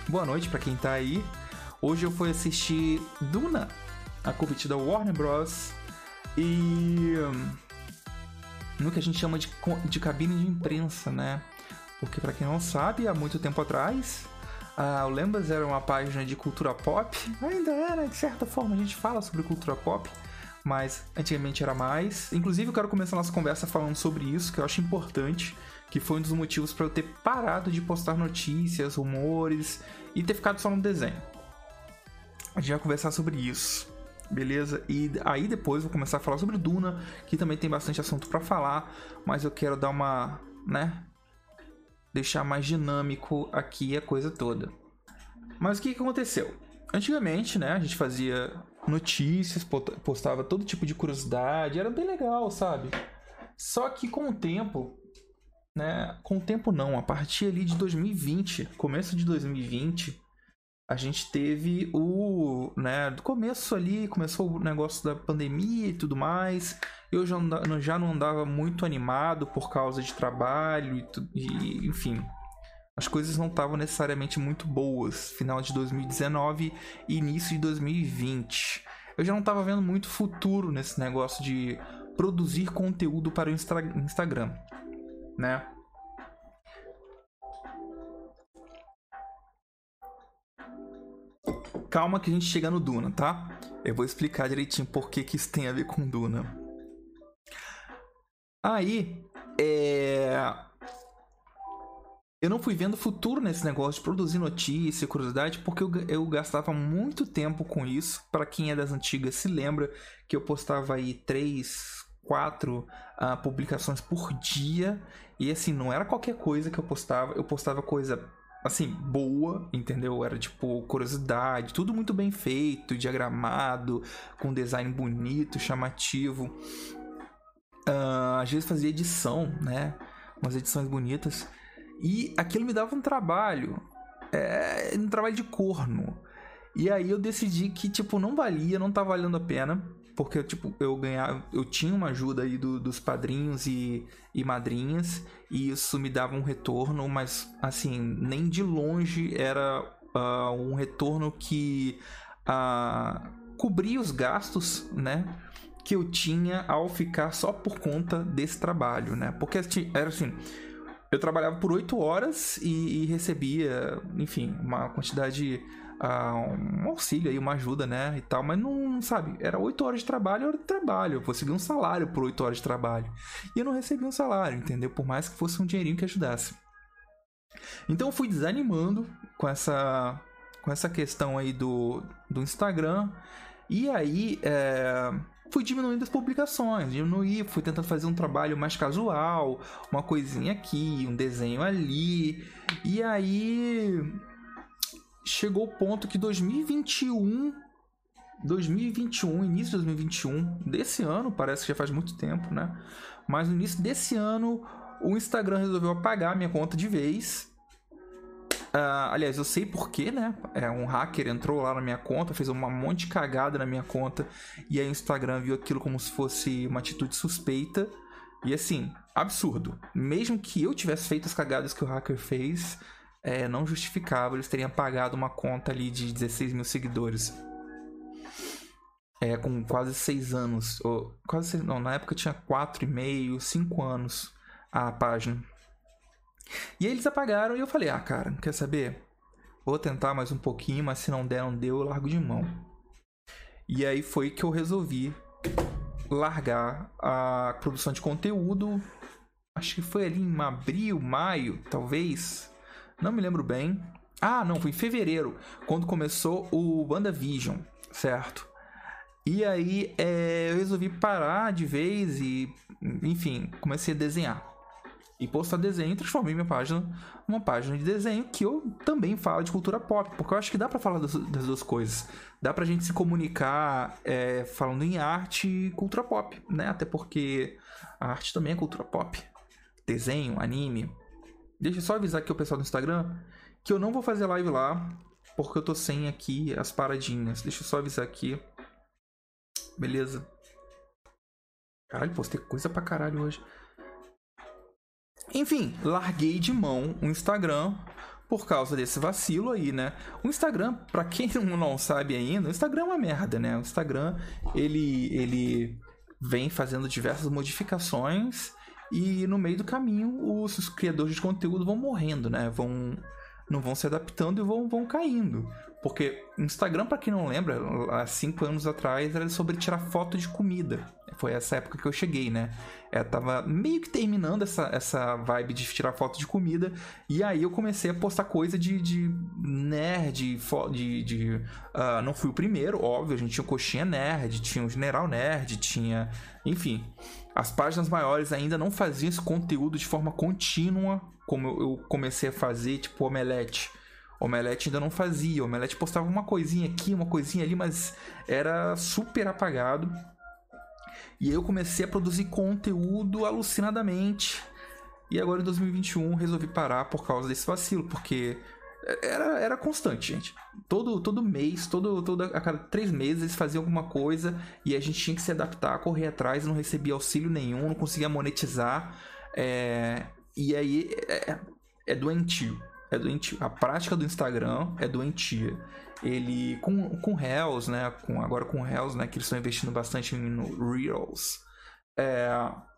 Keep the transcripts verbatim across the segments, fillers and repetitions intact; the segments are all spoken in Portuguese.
boa noite pra quem tá aí. Hoje eu fui assistir Duna, a convite da Warner Bros. E no que a gente chama de, de cabine de imprensa, né? Porque pra quem não sabe, há muito tempo atrás, a o Lembas era uma página de cultura pop. Ainda é, né? De certa forma a gente fala sobre cultura pop, mas antigamente era mais. Inclusive eu quero começar a nossa conversa falando sobre isso, que eu acho importante, que foi um dos motivos para eu ter parado de postar notícias, rumores e ter ficado só no desenho. A gente vai conversar sobre isso, beleza? E aí depois vou começar a falar sobre Duna, que também tem bastante assunto para falar, mas eu quero dar uma, né, deixar mais dinâmico aqui a coisa toda. Mas o que que aconteceu? Antigamente, né, a gente fazia notícias, postava todo tipo de curiosidade, era bem legal, sabe? Só que com o tempo, né, com o tempo não, a partir ali de dois mil e vinte, começo de dois mil e vinte, a gente teve o, né, do começo ali, começou o negócio da pandemia e tudo mais. Eu já, andava, já não andava muito animado por causa de trabalho e, e enfim, as coisas não estavam necessariamente muito boas. Final de dois mil e dezenove e início de dois mil e vinte. Eu já não estava vendo muito futuro nesse negócio de produzir conteúdo para o Insta- Instagram, né? Calma que a gente chega no Duna, tá? Eu vou explicar direitinho por que que isso tem a ver com Duna. Aí, é... eu não fui vendo futuro nesse negócio de produzir notícia, curiosidade, porque eu, eu gastava muito tempo com isso. Para quem é das antigas se lembra que eu postava aí três, quatro uh, publicações por dia. E assim, não era qualquer coisa que eu postava. Eu postava coisa, assim, boa, entendeu? Era tipo curiosidade, tudo muito bem feito, diagramado, com design bonito, chamativo. Uh, às vezes fazia edição, né? Umas edições bonitas. E aquilo me dava um trabalho, é, um trabalho de corno. E aí eu decidi que, tipo, não valia, não tá valendo a pena. Porque, tipo, eu ganhava, eu tinha uma ajuda aí do, dos padrinhos e, e madrinhas. E isso me dava um retorno, mas, assim, nem de longe era uh, um retorno que uh, cobria os gastos, né? Que eu tinha ao ficar só por conta desse trabalho, né? Porque era assim, eu trabalhava por oito horas e, e recebia, enfim, uma quantidade, uh, um auxílio aí, uma ajuda, né, e tal, mas não, sabe, era oito horas de trabalho, era de trabalho, eu recebi um salário por oito horas de trabalho, e eu não recebi um salário, entendeu, por mais que fosse um dinheirinho que ajudasse. Então eu fui desanimando com essa, com essa questão aí do, do Instagram, e aí, é... fui diminuindo as publicações, diminuí, fui tentando fazer um trabalho mais casual, uma coisinha aqui, um desenho ali. E aí chegou o ponto que dois mil e vinte e um, dois mil e vinte e um, início de dois mil e vinte e um, desse ano, parece que já faz muito tempo, né? Mas no início desse ano, o Instagram resolveu apagar minha conta de vez. Uh, aliás, eu sei porquê, né? É, um hacker entrou lá na minha conta, fez um monte de cagada na minha conta, e aí o Instagram viu aquilo como se fosse uma atitude suspeita. E assim, absurdo. Mesmo que eu tivesse feito as cagadas que o hacker fez, é, não justificava eles terem apagado uma conta ali de dezesseis mil seguidores. É, com quase seis anos. Ou, quase seis, não, na época tinha quatro e meio, cinco anos a página. E aí eles apagaram e eu falei, ah, cara, quer saber? Vou tentar mais um pouquinho, mas se não der, não deu, eu largo de mão. E aí foi que eu resolvi largar a produção de conteúdo. Acho que foi ali em abril, maio, talvez. Não me lembro bem. Ah, não, foi em fevereiro, quando começou o WandaVision, certo? E aí é, eu resolvi parar de vez e, enfim, comecei a desenhar. E postar desenho, transformei minha página numa página de desenho que eu também falo de cultura pop, porque eu acho que dá pra falar das, das duas coisas. Dá pra gente se comunicar é, falando em arte e cultura pop, né? Até porque a arte também é cultura pop. Desenho, anime. Deixa eu só avisar aqui o pessoal do Instagram que eu não vou fazer live lá, porque eu tô sem aqui as paradinhas. Deixa eu só avisar aqui. Beleza? Caralho, postei coisa pra caralho hoje. Enfim, larguei de mão o Instagram por causa desse vacilo aí, né? O Instagram, pra quem não sabe ainda, o Instagram é uma merda, né? O Instagram, ele, ele vem fazendo diversas modificações e no meio do caminho os criadores de conteúdo vão morrendo, né? Vão, não vão se adaptando e vão, vão caindo. Porque o Instagram, pra quem não lembra, há cinco anos atrás era sobre tirar foto de comida. Foi essa época que eu cheguei, né? Eu tava meio que terminando essa, essa vibe de tirar foto de comida. E aí eu comecei a postar coisa de, de nerd, de... de uh, não fui o primeiro, óbvio. A gente tinha o Coxinha Nerd, tinha o General Nerd, tinha... Enfim, as páginas maiores ainda não faziam esse conteúdo de forma contínua, como eu comecei a fazer, tipo Omelete. Omelete ainda não fazia. Omelete postava uma coisinha aqui, uma coisinha ali, mas era super apagado. E aí eu comecei a produzir conteúdo alucinadamente. E agora em dois mil e vinte e um resolvi parar por causa desse vacilo, porque era, era constante, gente. Todo, todo mês, todo, todo, a cada três meses eles faziam alguma coisa e a gente tinha que se adaptar, correr atrás, não recebia auxílio nenhum, não conseguia monetizar. É... E aí é, é doentio. É doentio. A prática do Instagram é doentia. Ele, com, com Reels, né? Com, agora com Reels, né? Que eles estão investindo bastante no Reels. É,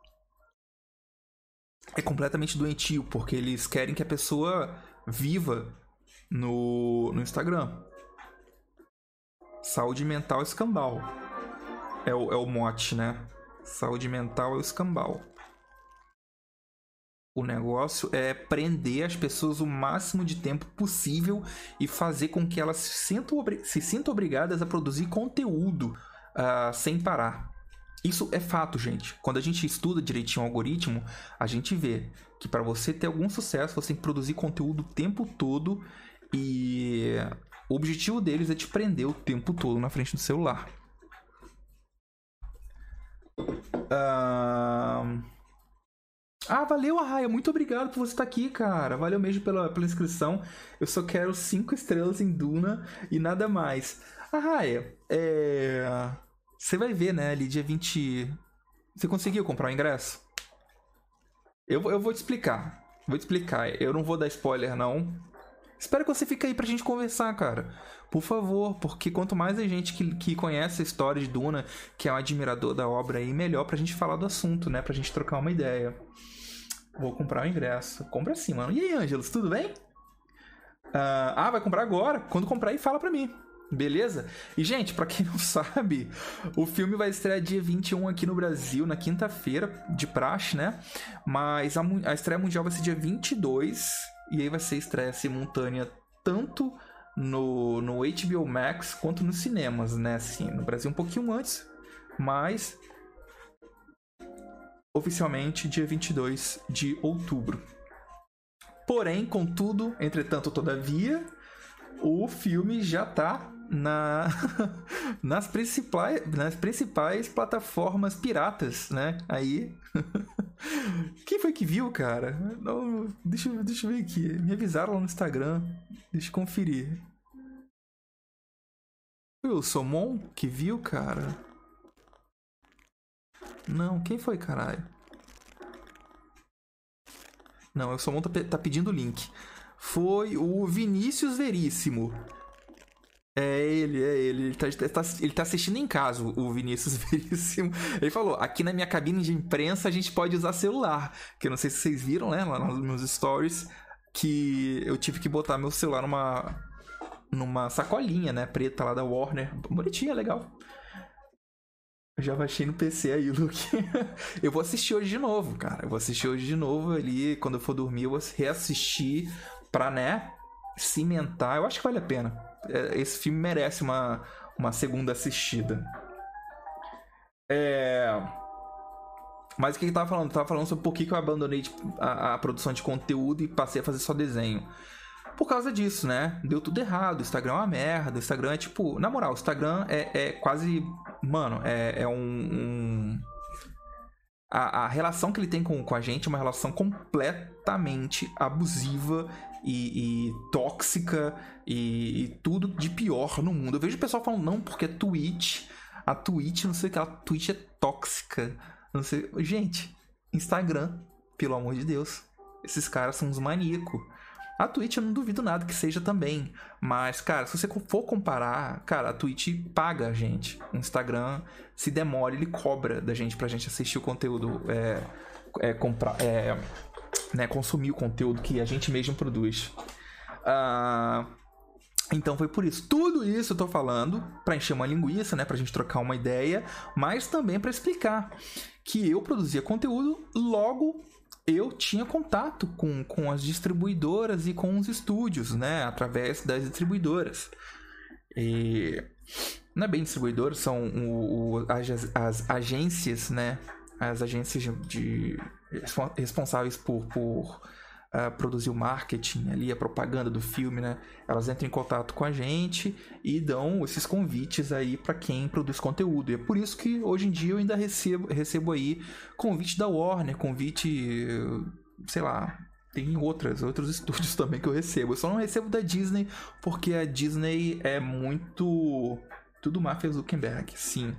é completamente doentio, porque eles querem que a pessoa viva no, no Instagram. Saúde mental escambau. É o, é o mote, né? Saúde mental é o escambau. O negócio é prender as pessoas o máximo de tempo possível e fazer com que elas se sintam, obri- se sintam obrigadas a produzir conteúdo uh, sem parar. Isso é fato, gente. Quando a gente estuda direitinho o algoritmo, a gente vê que para você ter algum sucesso, você tem que produzir conteúdo o tempo todo e o objetivo deles é te prender o tempo todo na frente do celular. Uh... Ah, valeu, Arraia. Muito obrigado por você estar aqui, cara. Valeu mesmo pela, pela inscrição. Eu só quero cinco estrelas em Duna e nada mais. Arraia, é... você vai ver, né, ali dia vinte... Você conseguiu comprar o ingresso? Eu, eu vou te explicar. Vou te explicar. Eu não vou dar spoiler, não. Espero que você fique aí pra gente conversar, cara. Por favor, porque quanto mais a gente que, que conhece a história de Duna, que é um admirador da obra aí, melhor pra gente falar do assunto, né? Pra gente trocar uma ideia. Vou comprar o ingresso. Compra sim, mano. E aí, Ângelos, tudo bem? Uh, ah, vai comprar agora. Quando comprar aí, fala pra mim. Beleza? E, gente, pra quem não sabe, o filme vai estrear dia vinte e um aqui no Brasil, na quinta-feira, de praxe, né? Mas a, a estreia mundial vai ser dia vinte e dois. E aí vai ser estreia simultânea tanto no, no H B O Max quanto nos cinemas, né? Assim, no Brasil um pouquinho antes, mas oficialmente dia vinte e dois de outubro. Porém, contudo, entretanto, todavia, o filme já tá na, nas, principais, nas principais plataformas piratas, né? Aí... Quem foi que viu, cara? Não, deixa, deixa eu ver aqui. Me avisaram lá no Instagram. Deixa eu conferir. Foi o Somon que viu, cara? Não, quem foi, caralho? Não, o Somon tá, tá pedindo o link. Foi o Vinícius Veríssimo. É ele, é ele. Ele tá, tá, ele tá assistindo em casa, o Vinícius Veríssimo. Ele falou, aqui na minha cabine de imprensa a gente pode usar celular. Que eu não sei se vocês viram, né, lá nos meus stories, que eu tive que botar meu celular numa, numa sacolinha, né, preta lá da Warner. Bonitinha, legal. Eu já baixei no P C aí, Luke. Eu vou assistir hoje de novo, cara. Eu vou assistir hoje de novo ali, quando eu for dormir, eu vou reassistir pra, né, cimentar. Eu acho que vale a pena. Esse filme merece uma, uma segunda assistida. É... Mas o que eu tava falando? Eu tava falando sobre por que eu abandonei tipo, a, a produção de conteúdo e passei a fazer só desenho. Por causa disso, né? Deu tudo errado. O Instagram é uma merda. O Instagram é tipo... Na moral, o Instagram é, é quase... Mano, é, é um... um... A, a relação que ele tem com, com a gente é uma relação completamente abusiva e, e tóxica e, e tudo de pior no mundo. Eu vejo o pessoal falando, não, porque a Twitch, a Twitch, não sei o que, a Twitch é tóxica. Não sei. Gente, Instagram, pelo amor de Deus. Esses caras são uns maníacos. A Twitch eu não duvido nada que seja também. Mas, cara, se você for comparar, cara, a Twitch paga a gente. O Instagram, se demora, ele cobra da gente pra gente assistir o conteúdo, é, é, comprar, é, né, consumir o conteúdo que a gente mesmo produz. Ah... Então foi por isso. Tudo isso eu tô falando pra encher uma linguiça, né? Pra gente trocar uma ideia, mas também pra explicar que eu produzia conteúdo, logo eu tinha contato com, com as distribuidoras e com os estúdios, né? Através das distribuidoras. E não é bem distribuidoras, são o, o, as, as agências, né? As agências de, de responsáveis por... por Uh, produzir o marketing ali, a propaganda do filme, né? Elas entram em contato com a gente e dão esses convites aí para quem produz conteúdo. E é por isso que hoje em dia eu ainda recebo, recebo aí convite da Warner, convite, sei lá, tem outras, outros estúdios também que eu recebo. Eu só não recebo da Disney porque a Disney é muito... Tudo Mark Zuckerberg, sim.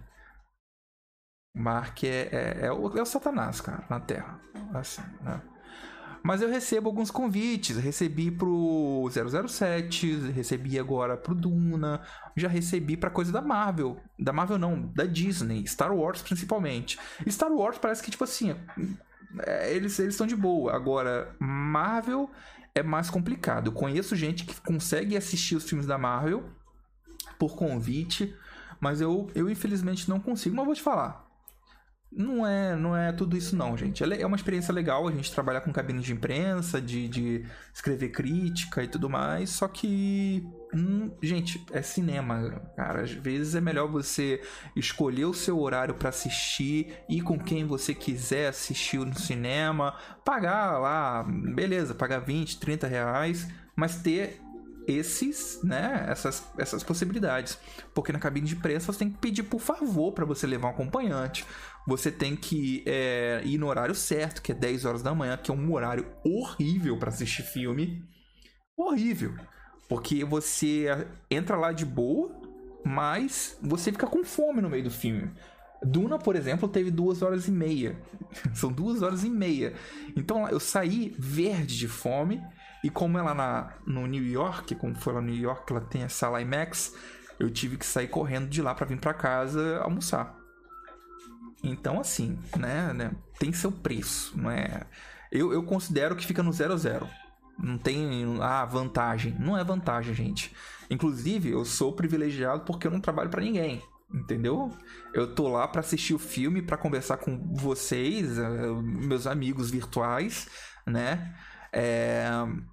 Mark é, é, é, o, é o Satanás, cara, na Terra. Assim, né? Mas eu recebo alguns convites, recebi pro zero zero sete, recebi agora pro Duna, já recebi pra coisa da Marvel. Da Marvel não, da Disney, Star Wars principalmente. Star Wars parece que, tipo assim, é, eles estão de boa. Agora, Marvel é mais complicado. Eu conheço gente que consegue assistir os filmes da Marvel por convite, mas eu, eu infelizmente não consigo. Mas vou te falar. Não é, não é tudo isso não, gente. É uma experiência legal a gente trabalhar com cabine de imprensa, de, de escrever crítica e tudo mais, só que, hum, gente, é cinema, cara. Às vezes é melhor você escolher o seu horário para assistir, ir com quem você quiser assistir no cinema, pagar lá, beleza, pagar vinte, trinta reais, mas ter esses, né, essas, essas possibilidades. Porque na cabine de imprensa você tem que pedir por favor para você levar um acompanhante. Você tem que é, ir no horário certo, que é dez horas da manhã, que é um horário horrível para assistir filme. Horrível. Porque você entra lá de boa, mas você fica com fome no meio do filme. Duna, por exemplo, teve duas horas e meia. São duas horas e meia. Então eu saí verde de fome. E como ela na, no New York, como foi lá no New York, ela tem a sala IMAX, eu tive que sair correndo de lá para vir para casa almoçar. Então, assim, né, né, tem seu preço, não é? Eu, eu considero que fica no zero a zero. Não tem ah, vantagem. Não é vantagem, gente. Inclusive, eu sou privilegiado porque eu não trabalho para ninguém. Entendeu? Eu tô lá para assistir o filme, para conversar com vocês, meus amigos virtuais, né? É...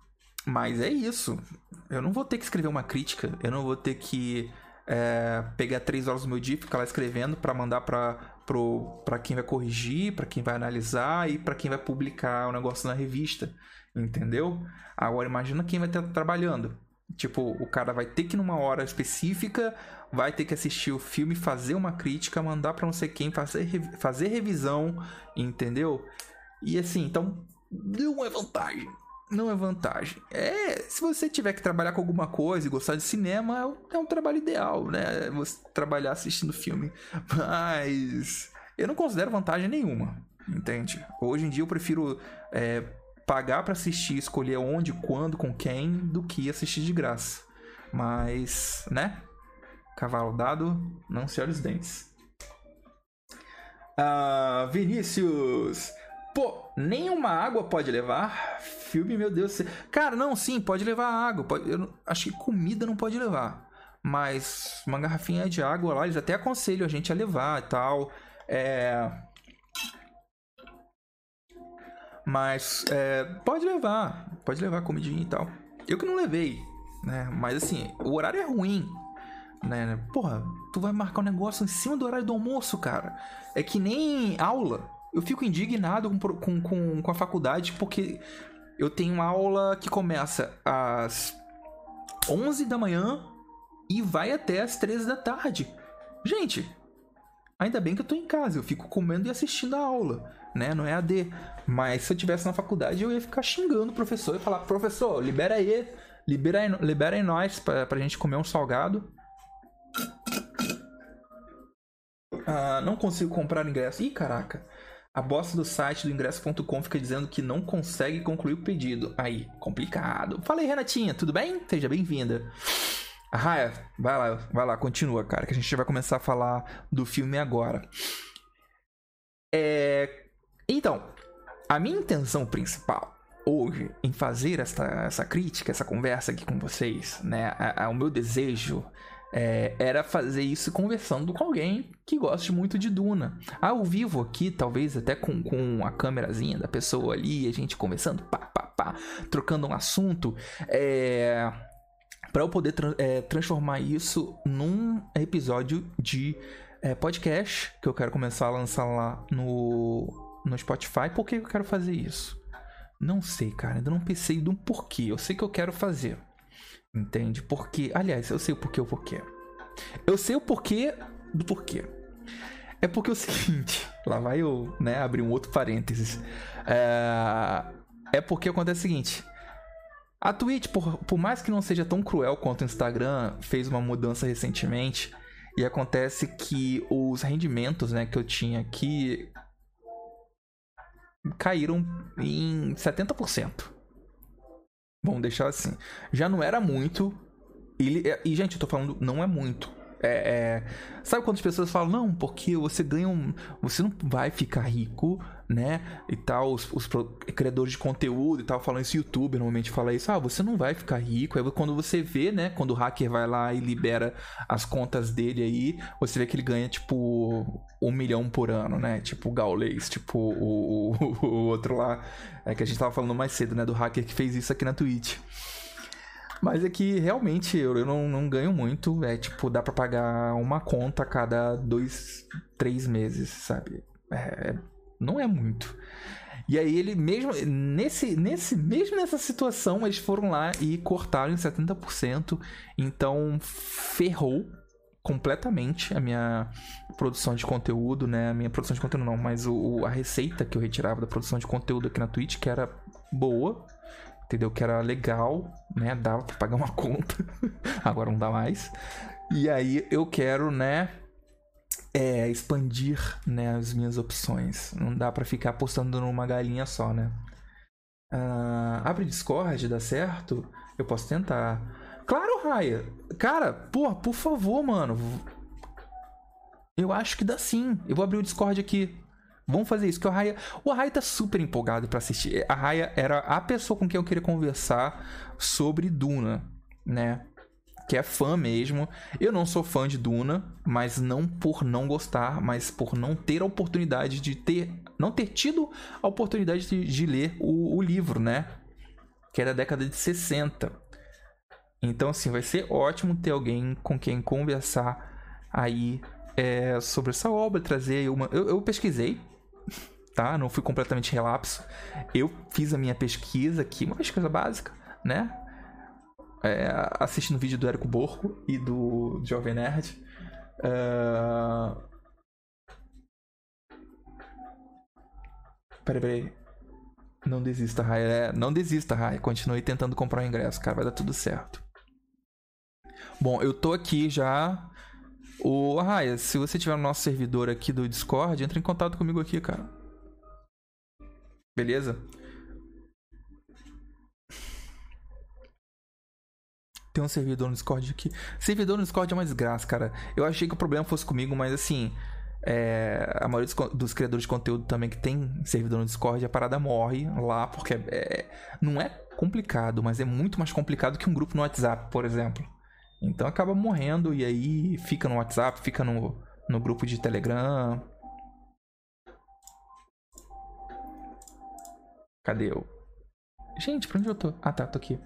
Mas é isso. Eu não vou ter que escrever uma crítica. Eu não vou ter que é, pegar três horas do meu dia e ficar lá escrevendo para mandar para para quem vai corrigir, para quem vai analisar e para quem vai publicar o negócio na revista. Entendeu? Agora imagina quem vai estar trabalhando. Tipo, o cara vai ter que ir numa hora específica, vai ter que assistir o filme, fazer uma crítica, mandar para não sei quem, fazer, fazer revisão, entendeu? E assim, então, não é vantagem. Não é vantagem. É, se você tiver que trabalhar com alguma coisa e gostar de cinema, é um, é um trabalho ideal, né? Você trabalhar assistindo filme. Mas eu não considero vantagem nenhuma, entende? Hoje em dia eu prefiro é, pagar para assistir, escolher onde, quando, com quem, do que assistir de graça. Mas, né? Cavalo dado, não se olha os dentes. Ah, Vinícius... Pô, nenhuma água pode levar? Filme, meu Deus do céu. Cara, não, sim, pode levar água. Pode, eu acho que comida não pode levar. Mas uma garrafinha de água lá, eles até aconselham a gente a levar e tal. É... Mas é, pode levar. Pode levar comidinha e tal. Eu que não levei, né? Mas assim, o horário é ruim. Né? Porra, tu vai marcar um negócio em cima do horário do almoço, cara. É que nem aula. Eu fico indignado com, com, com, com a faculdade porque eu tenho aula que começa às onze da manhã e vai até às treze da tarde. Gente, ainda bem que eu tô em casa, eu fico comendo e assistindo a aula, né? Não é A D. Mas se eu tivesse na faculdade, eu ia ficar xingando o professor e falar: professor, libera aí, libera aí, libera aí nós pra, pra gente comer um salgado. Ah, não consigo comprar ingresso. Ih, caraca. A bosta do site do ingresso ponto com fica dizendo que não consegue concluir o pedido. Aí, complicado. Fala aí, Renatinha, tudo bem? Seja bem-vinda. A Raya, vai lá, vai lá, continua, cara, que a gente vai começar a falar do filme agora. É... Então, a minha intenção principal hoje em fazer essa, essa crítica, essa conversa aqui com vocês, né? A, a, o meu desejo é, era fazer isso conversando com alguém que goste muito de Duna. Ao vivo aqui, talvez até com, com a câmerazinha da pessoa ali, a gente conversando, pá, pá, pá, trocando um assunto, é, para eu poder tra- é, transformar isso num episódio de é, podcast que eu quero começar a lançar lá no, no Spotify. Por que eu quero fazer isso? Não sei, cara. Ainda não pensei do porquê. Eu sei que eu quero fazer. Entende? Porque... Aliás, eu sei o porquê o porquê. Eu sei o porquê do porquê. É porque é o seguinte... Lá vai eu, né, abrir um outro parênteses. É, é porque acontece o seguinte... A Twitch, por, por mais que não seja tão cruel quanto o Instagram, fez uma mudança recentemente. E acontece que os rendimentos, né, que eu tinha aqui... caíram em setenta por cento. Vamos deixar assim. Já não era muito. E, e gente, eu tô falando, não é muito. É, é... Sabe quando as pessoas falam, não, porque você ganha um... Você não vai ficar rico, né? E tal, os, os criadores de conteúdo e tal, falam isso, youtuber normalmente fala isso. Ah, você não vai ficar rico. Aí quando você vê, né? Quando o hacker vai lá e libera as contas dele aí, você vê que ele ganha, tipo, um milhão por ano, né? Tipo o Gaules, tipo o, o, o outro lá. É que a gente tava falando mais cedo, né? Do hacker que fez isso aqui na Twitch. Mas é que realmente eu, eu não, não ganho muito. É tipo, dá pra pagar uma conta a cada dois, três meses, sabe? É, não é muito. E aí ele mesmo, nesse, nesse, mesmo nessa situação, eles foram lá e cortaram em setenta por cento. Então ferrou completamente a minha produção de conteúdo, né? A minha produção de conteúdo não, mas o, a receita que eu retirava da produção de conteúdo aqui na Twitch, que era boa, entendeu? Que era legal, né? Dava pra pagar uma conta. Agora não dá mais. E aí eu quero, né? É, expandir, né, as minhas opções. Não dá pra ficar apostando numa galinha só, né? Uh, abre Discord, dá certo? Eu posso tentar. Claro, Raya! Cara, pô, por favor, mano. Eu acho que dá sim. Eu vou abrir o Discord aqui. Vamos fazer isso, que o Raya... O Raya tá super empolgado pra assistir. A Raya era a pessoa com quem eu queria conversar sobre Duna, né? Que é fã mesmo. Eu não sou fã de Duna, mas não por não gostar, mas por não ter a oportunidade de ter... Não ter tido a oportunidade de, de ler o, o livro, né? Que é da década de sessenta. Então, assim, vai ser ótimo ter alguém com quem conversar aí é, sobre essa obra, trazer uma... Eu, eu pesquisei, tá? Não fui completamente relapso. Eu fiz a minha pesquisa aqui, uma pesquisa básica, né? É, assistindo o vídeo do Érico Borgo e do Jovem Nerd. Uh... Peraí, peraí. Não desista, Raya. É, não desista, Raya. Continue tentando comprar o ingresso, cara. Vai dar tudo certo. Bom, eu tô aqui já. O Raya, se você tiver no nosso servidor aqui do Discord, entra em contato comigo aqui, cara. Beleza? Tem um servidor no Discord aqui. Servidor no Discord é uma desgraça, cara. Eu achei que o problema fosse comigo, mas assim... É, a maioria dos, dos criadores de conteúdo também que tem servidor no Discord, a parada morre lá, porque é, não é complicado, mas é muito mais complicado que um grupo no WhatsApp, por exemplo. Então acaba morrendo e aí fica no WhatsApp, fica no, no grupo de Telegram. Cadê eu? Gente, pra onde eu tô? Ah tá, tô aqui.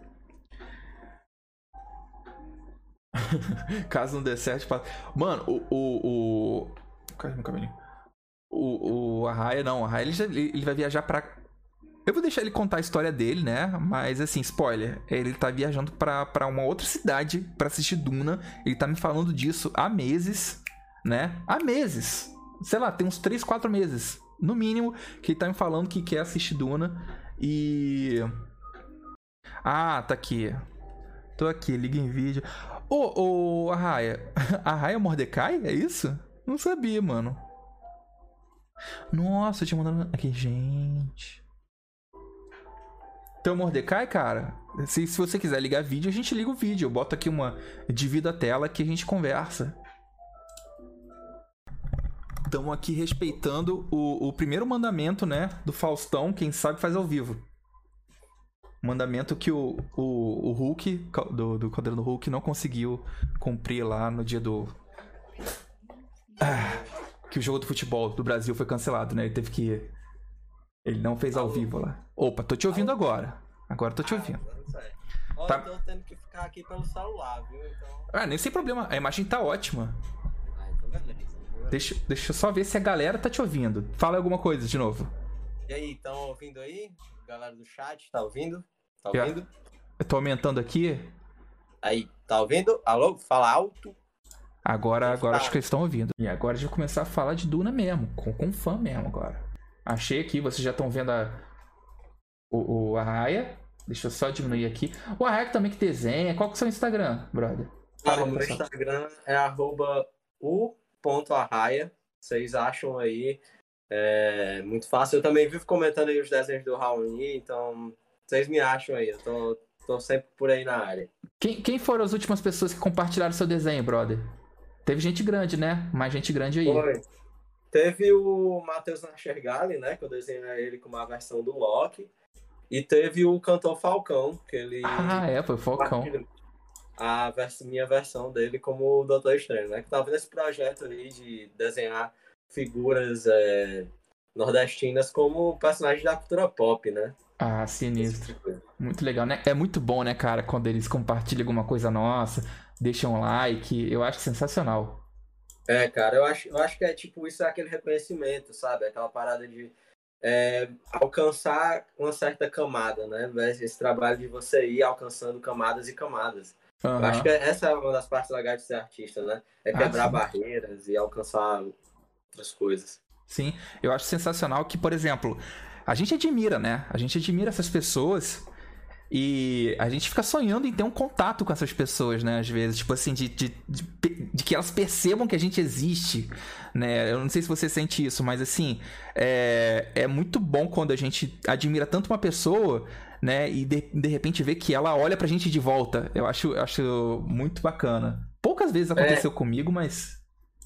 Caso não dê certo, passa... Mano, o. o, o... Cadê meu cabelinho? O, o Arraia, não, o Arraia ele, já, ele vai viajar pra. Eu vou deixar ele contar a história dele, né? Mas assim, spoiler, ele tá viajando pra, pra uma outra cidade pra assistir Duna. Ele tá me falando disso há meses, né? Há meses. Sei lá, tem uns três, quatro meses. No mínimo, que ele tá me falando que quer assistir Duna. E. Ah, tá aqui. Tô aqui, liga em vídeo. Ô, ô, Arraia. Arraia Mordecai? É isso? Não sabia, mano. Nossa, eu tinha mandado aqui, gente. Então, Mordecai, cara, se, se você quiser ligar vídeo, a gente liga o vídeo. Eu boto aqui uma... Divido a tela que a gente conversa. Estamos aqui respeitando o, o primeiro mandamento, né? Do Faustão, quem sabe faz ao vivo. Mandamento que o, o, o Hulk, do, do Caldeirão do Hulk, não conseguiu cumprir lá no dia do... Ah, que o jogo do futebol do Brasil foi cancelado, né? Ele teve que... Ele não fez ao vivo lá. Opa, tô te ouvindo agora. Agora tô te ouvindo. Ó, Tá... eu tô tendo que ficar aqui pelo celular, viu? Então... Ah, nem sem problema. A imagem tá ótima. Ah, então beleza. Deixa, deixa eu só ver se a galera tá te ouvindo. Fala alguma coisa de novo. E aí, estão ouvindo aí? Galera do chat, tá ouvindo? Tá Eu, ouvindo? eu tô aumentando aqui. Aí, tá ouvindo? Alô? Fala alto. Agora, agora tá. acho que eles estão ouvindo. E agora a gente vai começar a falar de Duna mesmo. Com, com fã mesmo agora. Achei aqui, vocês já estão vendo a, o, o Arraia. Deixa eu só diminuir aqui. O Arraia também que desenha. Qual que é o seu Instagram, brother? Ah, o meu Instagram é arroba u.arraia. Vocês acham aí. É muito fácil. Eu também vivo comentando aí os desenhos do Raoni, então vocês me acham aí. Eu tô, tô sempre por aí na área. Quem, quem foram as últimas pessoas que compartilharam seu desenho, brother? Teve gente grande, né? Mais gente grande aí. Foi. Teve o Matheus Nachergali, né? Que eu desenhei ele com uma versão do Loki. E teve o cantor Falcão, que ele... Ah, é, foi o Falcão. A vers- minha versão dele como o Doutor Estranho, né? Que tava nesse projeto ali de desenhar figuras é, nordestinas como personagens da cultura pop, né? Ah, sinistro. Muito legal, né? É muito bom, né, cara, quando eles compartilham alguma coisa nossa, deixam um like. Eu acho sensacional. É, cara, eu acho, eu acho que é tipo, isso é aquele reconhecimento, sabe? Aquela parada de é, alcançar uma certa camada, né? Esse trabalho de você ir alcançando camadas e camadas. Uhum. Eu acho que essa é uma das partes legais de ser artista, né? É quebrar Ah, barreiras e alcançar outras coisas. Sim, eu acho sensacional que, por exemplo, a gente admira, né? A gente admira essas pessoas e a gente fica sonhando em ter um contato com essas pessoas, né? Às vezes, tipo assim, de, de, de, de que elas percebam que a gente existe, né? Eu não sei se você sente isso, mas assim, é, é muito bom quando a gente admira tanto uma pessoa, né? E de, de repente vê que ela olha pra gente de volta. Eu acho, eu acho muito bacana. Poucas vezes aconteceu É. comigo, mas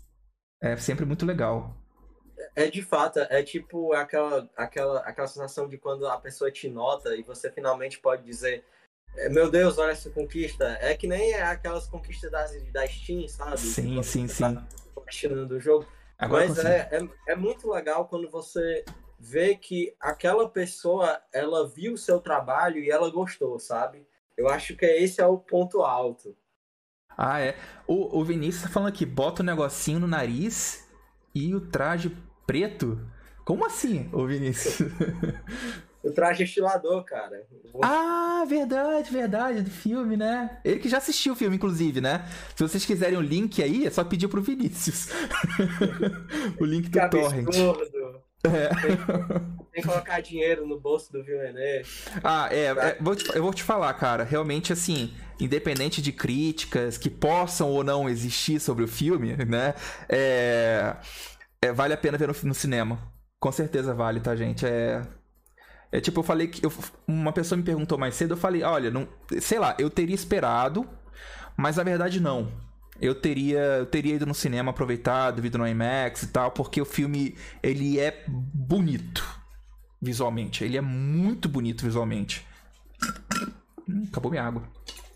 é sempre muito legal. É de fato, é tipo aquela, aquela, aquela sensação de quando a pessoa te nota e você finalmente pode dizer: meu Deus, olha essa conquista. É que nem aquelas conquistas da, da Steam, sabe? Sim, sim, sim. Tá platinando o jogo. Agora Mas é, é, é muito legal quando você vê que aquela pessoa, ela viu o seu trabalho e ela gostou, sabe? Eu acho que esse é o ponto alto. Ah, é. O, o Vinícius tá falando aqui, bota o negocinho no nariz e o traje preto? Como assim, ô Vinícius? O traje estilador, cara. Ah, verdade, verdade, do filme, né? Ele que já assistiu o filme, inclusive, né? Se vocês quiserem o link aí, é só pedir pro Vinícius. O link do Que torrent. absurdo. É. Tem, tem que colocar dinheiro no bolso do Villeneuve. Ah, é, é vou te, eu vou te falar, cara. Realmente, assim, independente de críticas que possam ou não existir sobre o filme, né? É, é, vale a pena ver no, no cinema. Com certeza vale, tá, gente? É... É tipo, eu falei que... Eu, uma pessoa me perguntou mais cedo, eu falei, olha, não, sei lá, eu teria esperado, mas na verdade não. Eu teria, eu teria ido no cinema, aproveitado, ido no IMAX e tal, porque o filme, ele é bonito visualmente. Ele é muito bonito visualmente. Hum, acabou minha água.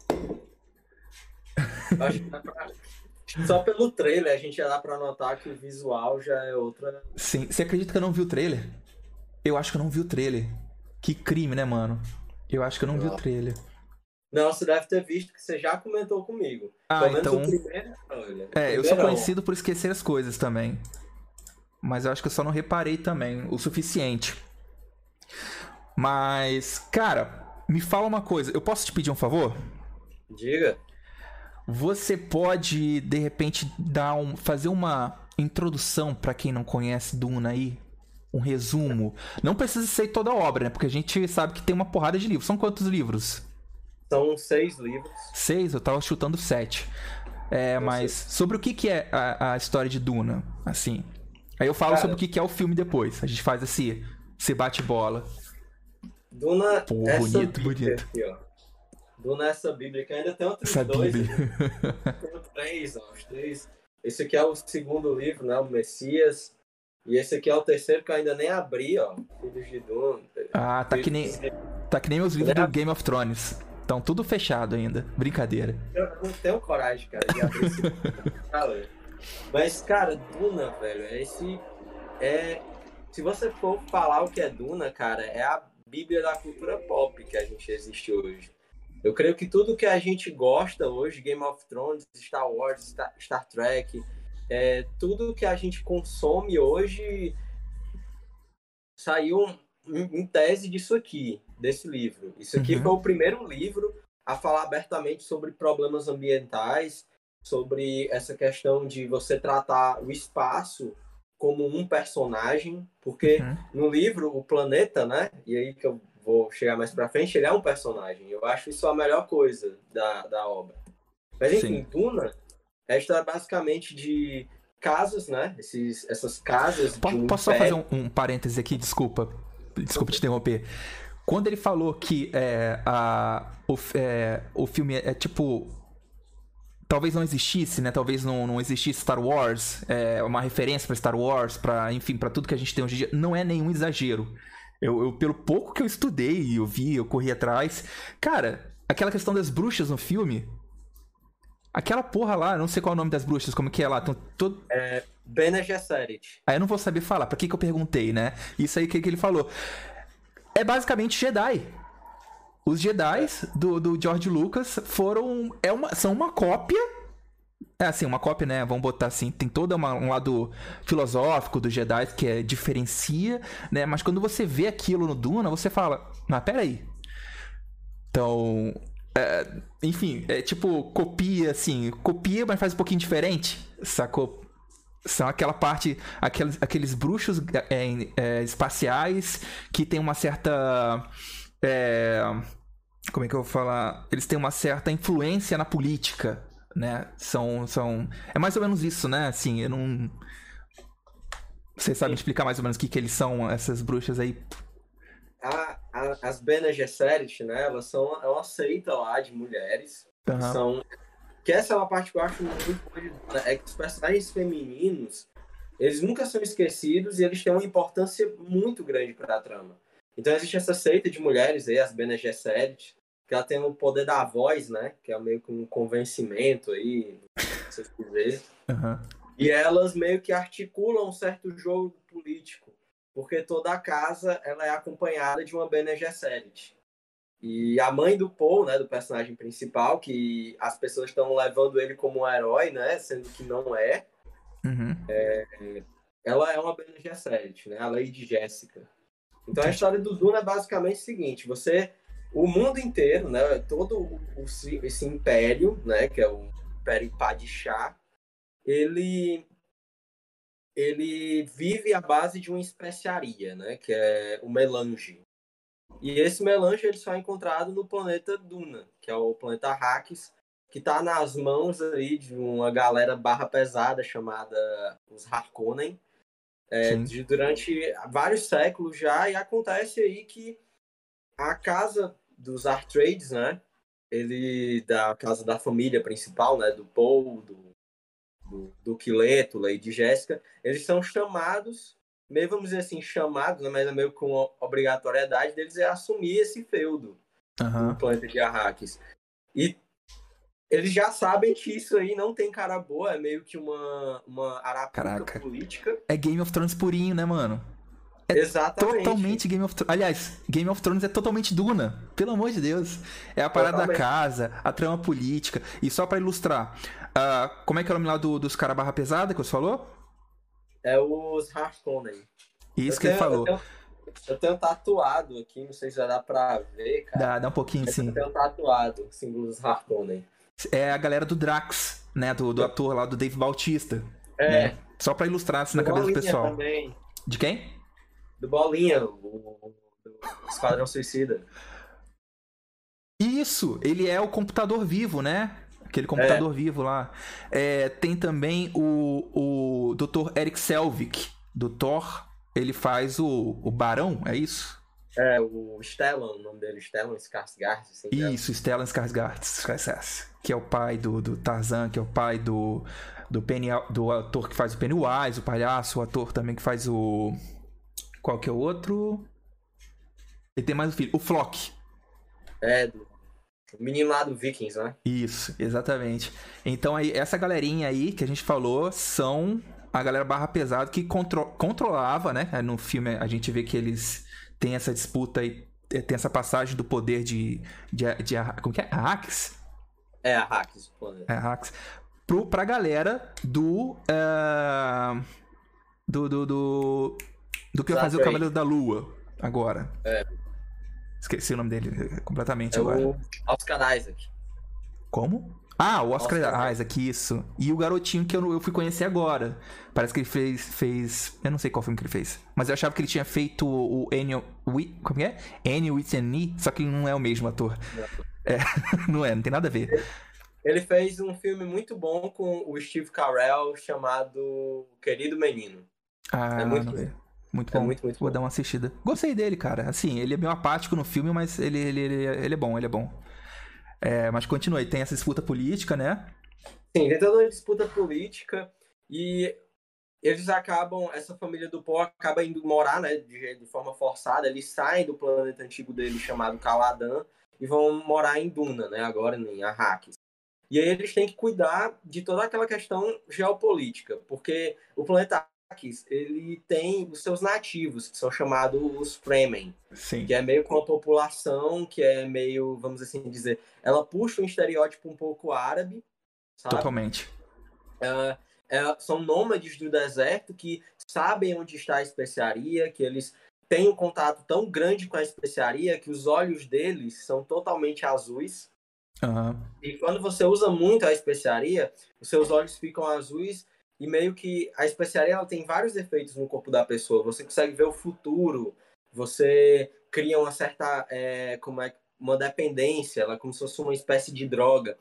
Acho que dá pra... Só pelo trailer a gente já dá pra notar que o visual já é outra... Sim, você acredita que eu não vi o trailer? Eu acho que eu não vi o trailer. Que crime, né, mano? Eu acho que eu não vi o trailer. Não, você deve ter visto que você já comentou comigo. Ah, Pelo menos então... o primeiro, olha, o é, eu sou primeirão. conhecido por esquecer as coisas também. Mas eu acho que eu só não reparei também o suficiente. Mas, cara, me fala uma coisa. Eu posso te pedir um favor? Diga. Você pode, de repente, dar um, fazer uma introdução pra quem não conhece Duna aí? Um resumo. Não precisa ser toda a obra, né? Porque a gente sabe que tem uma porrada de livros. São quantos livros? São seis livros. Seis? Eu tava chutando sete. É, Eu mas sei. sobre o que, que é a, a história de Duna? Assim, Aí eu falo Cara, sobre o que que é o filme depois. A gente faz esse, esse bate-bola. Duna, Pô, essa bonito, Bíblia bonito. aqui, ó. Duna, essa Bíblia, que ainda tem outros Essa dois Bíblia. aqui. Tem três, ó, os três. Esse aqui é o segundo livro, né? O Messias. E esse aqui é o terceiro que eu ainda nem abri, ó. Filhos de Duna. Ah, tá que nem, tá que nem meus livros do Game of Thrones. Estão tudo fechado ainda. Brincadeira. Eu não tenho coragem, cara, de abrir esse livro pra ler. Mas, cara, Duna, velho, é esse. É. Se você for falar o que é Duna, cara, é a Bíblia da cultura pop que a gente existe hoje. Eu creio que tudo que a gente gosta hoje, Game of Thrones, Star Wars, Star, Star Trek, é, tudo que a gente consome hoje saiu em tese disso aqui, desse livro. Isso aqui Uhum. foi o primeiro livro a falar abertamente sobre problemas ambientais, sobre essa questão de você tratar o espaço como um personagem, porque Uhum. no livro, o planeta, né? E aí que eu vou chegar mais pra frente, ele é um personagem. Eu acho isso a melhor coisa da, da obra. Mas enfim, Sim. Duna é a história basicamente de casas, né? Esses, essas casas de um Posso só fazer império. um, um parêntese aqui? Desculpa. Desculpa te interromper. Quando ele falou que é, a, o, é, o filme é, é tipo. Talvez não existisse, né? Talvez não, não existisse Star Wars, é, uma referência pra Star Wars, para enfim, para tudo que a gente tem hoje em dia. Não é nenhum exagero. Eu, eu, pelo pouco que eu estudei, eu vi, eu corri atrás. Cara, aquela questão das bruxas no filme. Aquela porra lá, não sei qual é o nome das bruxas, como que é lá. Tão, todo... É, Bene Gesserit. Aí eu não vou saber falar, pra que que eu perguntei, né? Isso aí que, que ele falou. É basicamente Jedi. Os Jedi do, do George Lucas foram. É uma, são uma cópia. É assim, uma cópia, né? Vamos botar assim. Tem todo uma, um lado filosófico dos Jedi que é, diferencia, né? Mas quando você vê aquilo no Duna, você fala: mas peraí. Então. É, enfim, é tipo, copia, assim. Copia, mas faz um pouquinho diferente. Sacou? São aquela parte, aqueles, aqueles bruxos é, é, espaciais que tem uma certa. É, como é que eu vou falar? Eles têm uma certa influência na política, né? São, são. É mais ou menos isso, né? Assim, eu não. Vocês sabem explicar mais ou menos o que, que eles são, essas bruxas aí? A, a, as Bene Gesserit, né? Elas são é uma seita lá de mulheres que Uhum. são. Que essa é uma parte que eu acho muito boa de Duna, é que os personagens femininos, eles nunca são esquecidos e eles têm uma importância muito grande para a trama. Então existe essa seita de mulheres aí, as Bene Gesserit, que ela tem o poder da voz, né? Que é meio que um convencimento aí, se vocês quiserem. Uhum. E elas meio que articulam um certo jogo político, porque toda a casa ela é acompanhada de uma Bene Gesserit. E a mãe do Paul, né, do personagem principal, que as pessoas estão levando ele como um herói, né, sendo que não é, Uhum. é ela é uma Bene Gesserit, né, a Lady Jéssica. Então a história do Duna é basicamente o seguinte: você, o mundo inteiro, né, todo o, esse império, né, que é o Império Padishah, ele ele vive à base de uma especiaria, né, que é o melange. E esse melange ele só é encontrado no planeta Duna, que é o planeta Arrakis, que está nas mãos aí de uma galera barra pesada chamada os Harkonnen, é, de, durante vários séculos já, e acontece aí que a casa dos Atreides, né, ele, da casa da família principal, né, do Paul, do, do, do Quileto, Lady Jéssica, eles são chamados, meio, vamos dizer assim, chamados, né, mas é meio com obrigatoriedade deles é assumir esse feudo Uhum. do planeta de Arrakis. E eles já sabem que isso aí não tem cara boa, é meio que uma, uma arapuca Caraca. política. É Game of Thrones purinho, né, mano? É Exatamente. Totalmente Game of Thrones. Aliás, Game of Thrones é totalmente Duna. Pelo amor de Deus. É a parada totalmente. Da casa, a trama política. E só pra ilustrar, uh, como é que é o nome lá do, dos caras barra pesada que você falou? É os Harkonnen. Isso eu que tenho, ele falou. Eu tenho, eu tenho tatuado aqui, não sei se vai dar pra ver, cara. Dá, dá um pouquinho, sim. Eu tenho tatuado o símbolo dos Harkonnen. É a galera do Drax, né? Do, do ator lá, do Dave Bautista. É. Né? Só pra ilustrar isso na do cabeça do Bolinha pessoal. Também. De quem? Do Bolinha, o, do Esquadrão Suicida. Isso! Ele é o computador vivo, né? Aquele computador é. vivo lá. É, tem também o, o doutor Eric Selvig, do Thor, ele faz o, o Barão, é isso? É, o Stellan, o nome dele, Stellan Skarsgård. Assim, isso, Stellan Skarsgård, que é o pai do, do Tarzan, que é o pai do, do, Penny, do ator que faz o Pennywise, o palhaço, o ator também que faz o... Qual que é o outro? Ele tem mais um filho, o Flock. É, do o menino lá do Vikings, né? Isso, exatamente. Então aí, essa galerinha aí que a gente falou são a galera barra pesada que contro controlava, né? No filme a gente vê que eles têm essa disputa aí, tem essa passagem do poder de... de, de como que é? Arrakis? É, Arrakis, o planeta. É, Arrakis. Pro, pra galera do... Uh, do, do, do... Do que vai fazer o Cavaleiro da Lua agora. É. Esqueci o nome dele completamente é agora. O Oscar Isaac. Como? Ah, o Oscar, Oscar Isaac, isso. E o garotinho que eu, eu fui conhecer agora. Parece que ele fez, fez... Eu não sei qual filme que ele fez. Mas eu achava que ele tinha feito o Annie... Como é? Annie with an E, só que ele não é o mesmo ator. Não. É, não é, não tem nada a ver. Ele fez um filme muito bom com o Steve Carell chamado Querido Menino. Ah, é muito não bom. vi. Muito É bom. muito, muito Vou bom. dar uma assistida. Gostei dele, cara. Assim, ele é meio apático no filme, mas ele, ele, ele, ele é bom, ele é bom. É, mas continua, tem essa disputa política, né? Sim, tem toda uma disputa política e eles acabam, essa família do Poe acaba indo morar, né, de, de forma forçada, eles saem do planeta antigo deles chamado Caladan e vão morar em Duna, né, agora em Arrakis. E aí eles têm que cuidar de toda aquela questão geopolítica, porque o planeta Arrakis, ele tem os seus nativos, que são chamados os Fremen. Sim. Que é meio com a população, que é meio, vamos assim dizer, ela puxa um estereótipo um pouco árabe, sabe? Totalmente. É, é, são nômades do deserto que sabem onde está a especiaria, que eles têm um contato tão grande com a especiaria que os olhos deles são totalmente azuis. Uhum. E quando você usa muito a especiaria, os seus olhos ficam azuis e meio que a especiaria ela tem vários efeitos no corpo da pessoa. Você consegue ver o futuro, você cria uma certa, é, como é, uma dependência, ela é como se fosse uma espécie de droga.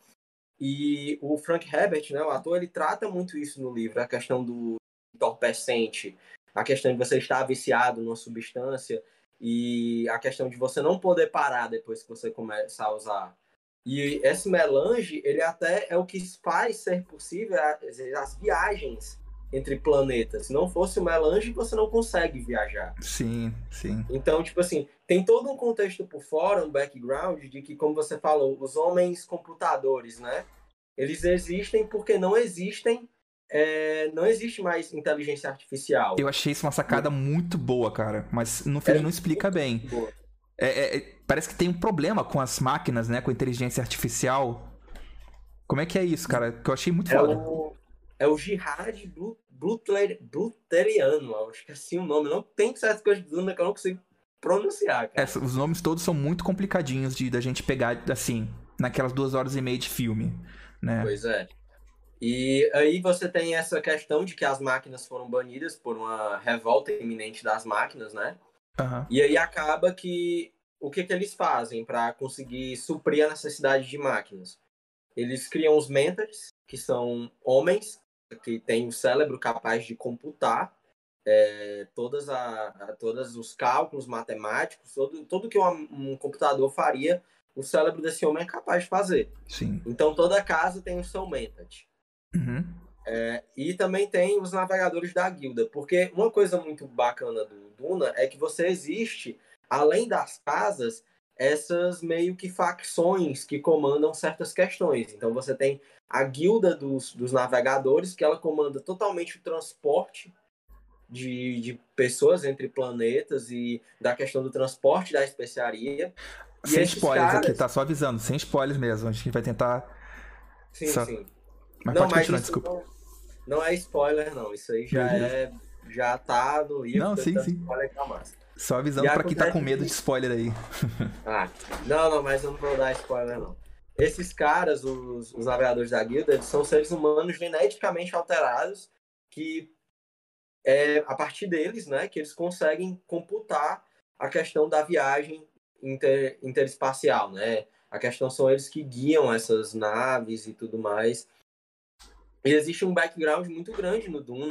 E o Frank Herbert, né, o ator, ele trata muito isso no livro, a questão do entorpecente, a questão de você estar viciado numa substância e a questão de você não poder parar depois que você começa a usar. E esse melange, ele até é o que faz ser possível as viagens entre planetas. Se não fosse o melange, você não consegue viajar. Sim, sim. Então, tipo assim, tem todo um contexto por fora, um background de que, como você falou, os homens computadores, né? Eles existem porque não existem, é, não existe mais inteligência artificial. Eu achei isso uma sacada muito boa, cara. Mas no filme É não explica bem. boa. É, é, parece que tem um problema com as máquinas, né? Com a inteligência artificial. Como é que é isso, cara? Que eu achei muito É foda. o, é o Jihad Bluteriano, acho que é assim o nome. Não tem certas coisas de Duna que eu não consigo pronunciar, cara. É, os nomes todos são muito complicadinhos de da gente pegar, assim, naquelas duas horas e meia de filme, né? Pois é. E aí você tem essa questão de que as máquinas foram banidas por uma revolta iminente das máquinas, né? Uhum. E aí acaba que o que, que eles fazem para conseguir suprir a necessidade de máquinas? Eles criam os mentors, que são homens que têm o cérebro capaz de computar é, todas a, a, todos os cálculos matemáticos, todo, tudo que um, um computador faria, o cérebro desse homem é capaz de fazer. Sim. Então toda casa tem o seu mentor. Uhum. É, e também tem os navegadores da guilda, porque uma coisa muito bacana do Duna é que você existe, além das casas, essas meio que facções que comandam certas questões. Então você tem a guilda dos, dos navegadores, que ela comanda totalmente o transporte de, de pessoas entre planetas e da questão do transporte da especiaria. Sem e esses spoilers caras... aqui, tá? Só avisando, sem spoilers mesmo. A gente vai tentar. Sim, só... sim. Mas não, pode mas continuar, isso desculpa. não, não é spoiler, não. Isso aí já Beleza. é. Já tá no livro. Não, sim, sim. Spoiler tá massa. Só avisando E pra quem tá com medo acontece de spoiler aí. Ah, não, não, mas eu não vou dar spoiler, não. Esses caras, os, os navegadores da guilda, eles são seres humanos geneticamente alterados que é a partir deles, né, que eles conseguem computar a questão da viagem inter, interespacial, né? A questão são eles que guiam essas naves e tudo mais. E existe um background muito grande no Duna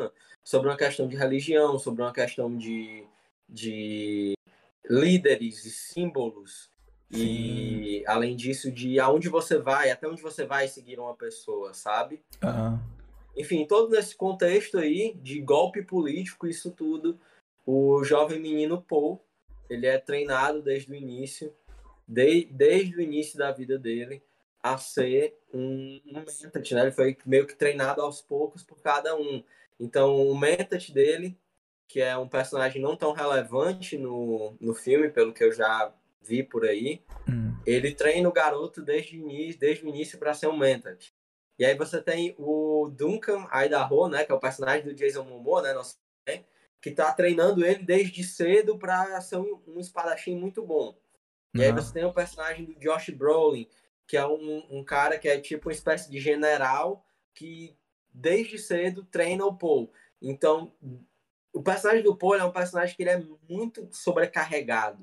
sobre uma questão de religião, sobre uma questão de, de líderes e símbolos. Sim. E, além disso, de aonde você vai, até onde você vai seguir uma pessoa, sabe? Uhum. Enfim, todo nesse contexto aí de golpe político, isso tudo, o jovem menino Paul, ele é treinado desde o início, de, desde o início da vida dele, a ser um, um mentat, né? Ele foi meio que treinado aos poucos por cada um. Então, o mentat dele, que é um personagem não tão relevante no, no filme, pelo que eu já vi por aí, hum. ele treina o garoto desde o início, desde o início para ser um mentat. E aí você tem o Duncan Idaho, né, que é o personagem do Jason Momoa, né, nosso, né, que tá treinando ele desde cedo para ser um, um espadachim muito bom. E uhum. aí você tem o personagem do Josh Brolin, que é um, um cara que é tipo uma espécie de general que desde cedo treina o Paul. Então, o personagem do Paul é um personagem que ele é muito sobrecarregado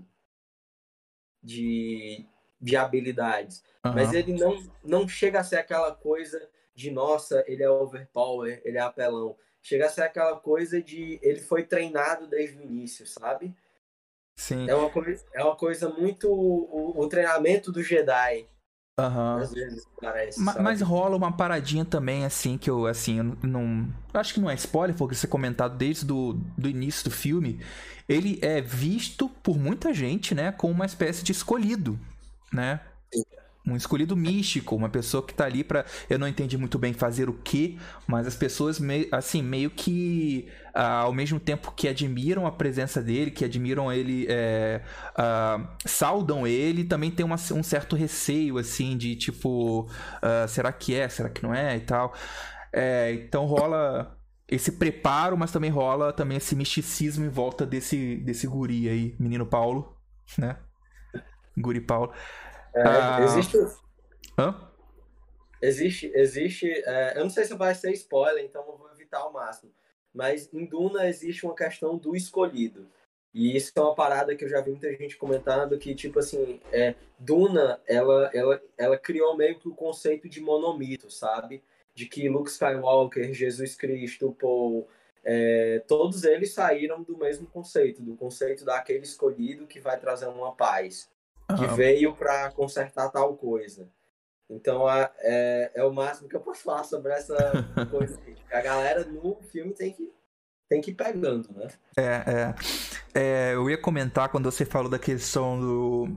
de, de habilidades. Uhum. Mas ele não, não chega a ser aquela coisa de, nossa, ele é overpower, ele é apelão. Chega a ser aquela coisa de, ele foi treinado desde o início, sabe? Sim. É uma coisa, é uma coisa muito, o, o treinamento do Jedi. Aham. Às vezes parece, mas, sabe? mas rola uma paradinha também, assim, que eu, assim, eu não... Eu acho que não é spoiler, porque você comentado desde do, do início do filme. Ele é visto por muita gente, né, como uma espécie de escolhido, né? Sim. Um escolhido místico, uma pessoa que tá ali pra... Eu não entendi muito bem fazer o quê, mas as pessoas, meio, assim, meio que... Ah, ao mesmo tempo que admiram a presença dele, que admiram ele, é, ah, saudam ele, também tem uma, um certo receio, assim, de tipo... Ah, será que é? Será que não é? E tal. É, então rola esse preparo, mas também rola também esse misticismo em volta desse, desse guri aí, menino Paulo, né? Guri Paulo. É, ah, existe... Hã? Existe... existe é, eu não sei se vai ser spoiler, então eu vou evitar ao máximo. Mas em Duna existe uma questão do escolhido. E isso é uma parada que eu já vi muita gente comentando, que, tipo assim, é, Duna, ela, ela, ela criou meio que o conceito de monomito, sabe? De que Luke Skywalker, Jesus Cristo, Paul, é, todos eles saíram do mesmo conceito, do conceito daquele escolhido que vai trazer uma paz. Que uhum. veio para consertar tal coisa. Então, é, é o máximo que eu posso falar sobre essa coisa. A galera no filme tem que, tem que ir pegando, né? É, é, é, eu ia comentar quando você falou da questão do...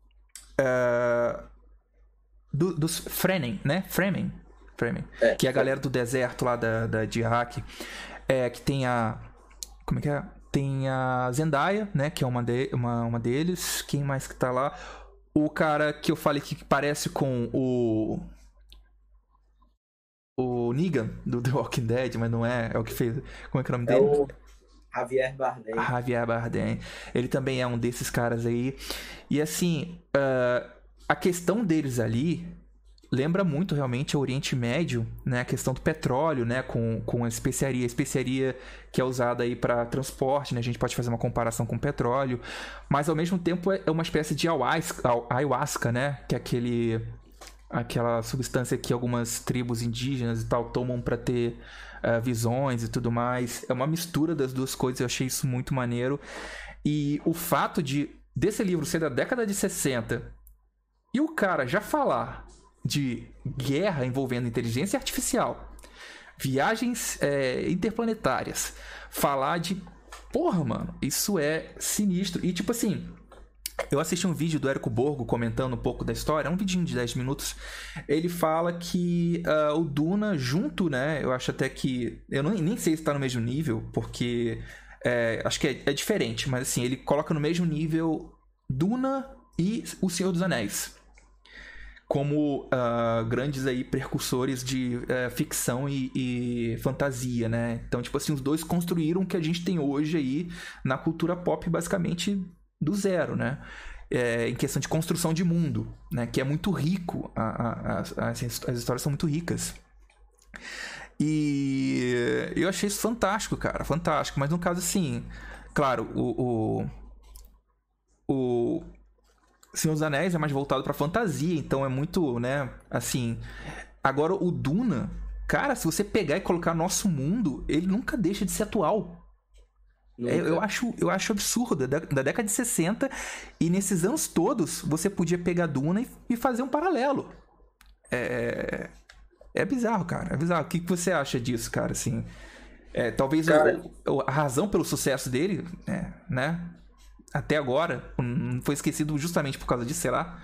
É, do dos Fremen, né? Fremen. Fremen. É, que é a galera do deserto lá da, da, de Iraque. É, que tem a... Como é que é? Tem a Zendaya, né? Que é uma, de, uma, uma deles. Quem mais que tá lá? O cara que eu falei que parece com o... O Negan, do The Walking Dead, mas não é. É o que fez... Como é que é o nome é dele? O Javier Bardem. Javier Bardem. Ele também é um desses caras aí. E assim, uh, a questão deles ali... Lembra muito realmente o Oriente Médio, né? A questão do petróleo, né? Com, com a especiaria. A especiaria que é usada aí para transporte, né? A gente pode fazer uma comparação com o petróleo. Mas, ao mesmo tempo, é uma espécie de ayahuasca, ayahuasca, né? Que é aquele, aquela substância que algumas tribos indígenas e tal tomam para ter uh, visões e tudo mais. É uma mistura das duas coisas. Eu achei isso muito maneiro. E o fato de desse livro ser da década de sessenta e o cara já falar... de guerra envolvendo inteligência artificial, viagens é, interplanetárias, falar de... Porra, mano, isso é sinistro. E tipo assim, eu assisti um vídeo do Érico Borgo comentando um pouco da história, é um vidinho de dez minutos. Ele fala que uh, o Duna junto, né, eu acho até que... Eu não, nem sei se tá no mesmo nível, porque é, acho que é, é diferente, mas assim, ele coloca no mesmo nível Duna e O Senhor dos Anéis como uh, grandes aí precursores de uh, ficção e, e fantasia, né? Então, tipo assim, os dois construíram o que a gente tem hoje aí na cultura pop basicamente do zero, né? É, em questão de construção de mundo, né? Que é muito rico, a, a, a, as, as histórias são muito ricas. E eu achei isso fantástico, cara, fantástico. Mas no caso, assim, claro, o... o, o Senhor dos Anéis é mais voltado pra fantasia, então é muito, né, assim... Agora, o Duna, cara, se você pegar e colocar nosso mundo, ele nunca deixa de ser atual. É, eu, acho, eu acho absurdo, da, da década de sessenta, e nesses anos todos, você podia pegar Duna e, e fazer um paralelo. É, é bizarro, cara, é bizarro. O que, que você acha disso, cara, assim? É, talvez Cara, a, a razão pelo sucesso dele, é, né, até agora, não foi esquecido justamente por causa disso, sei lá.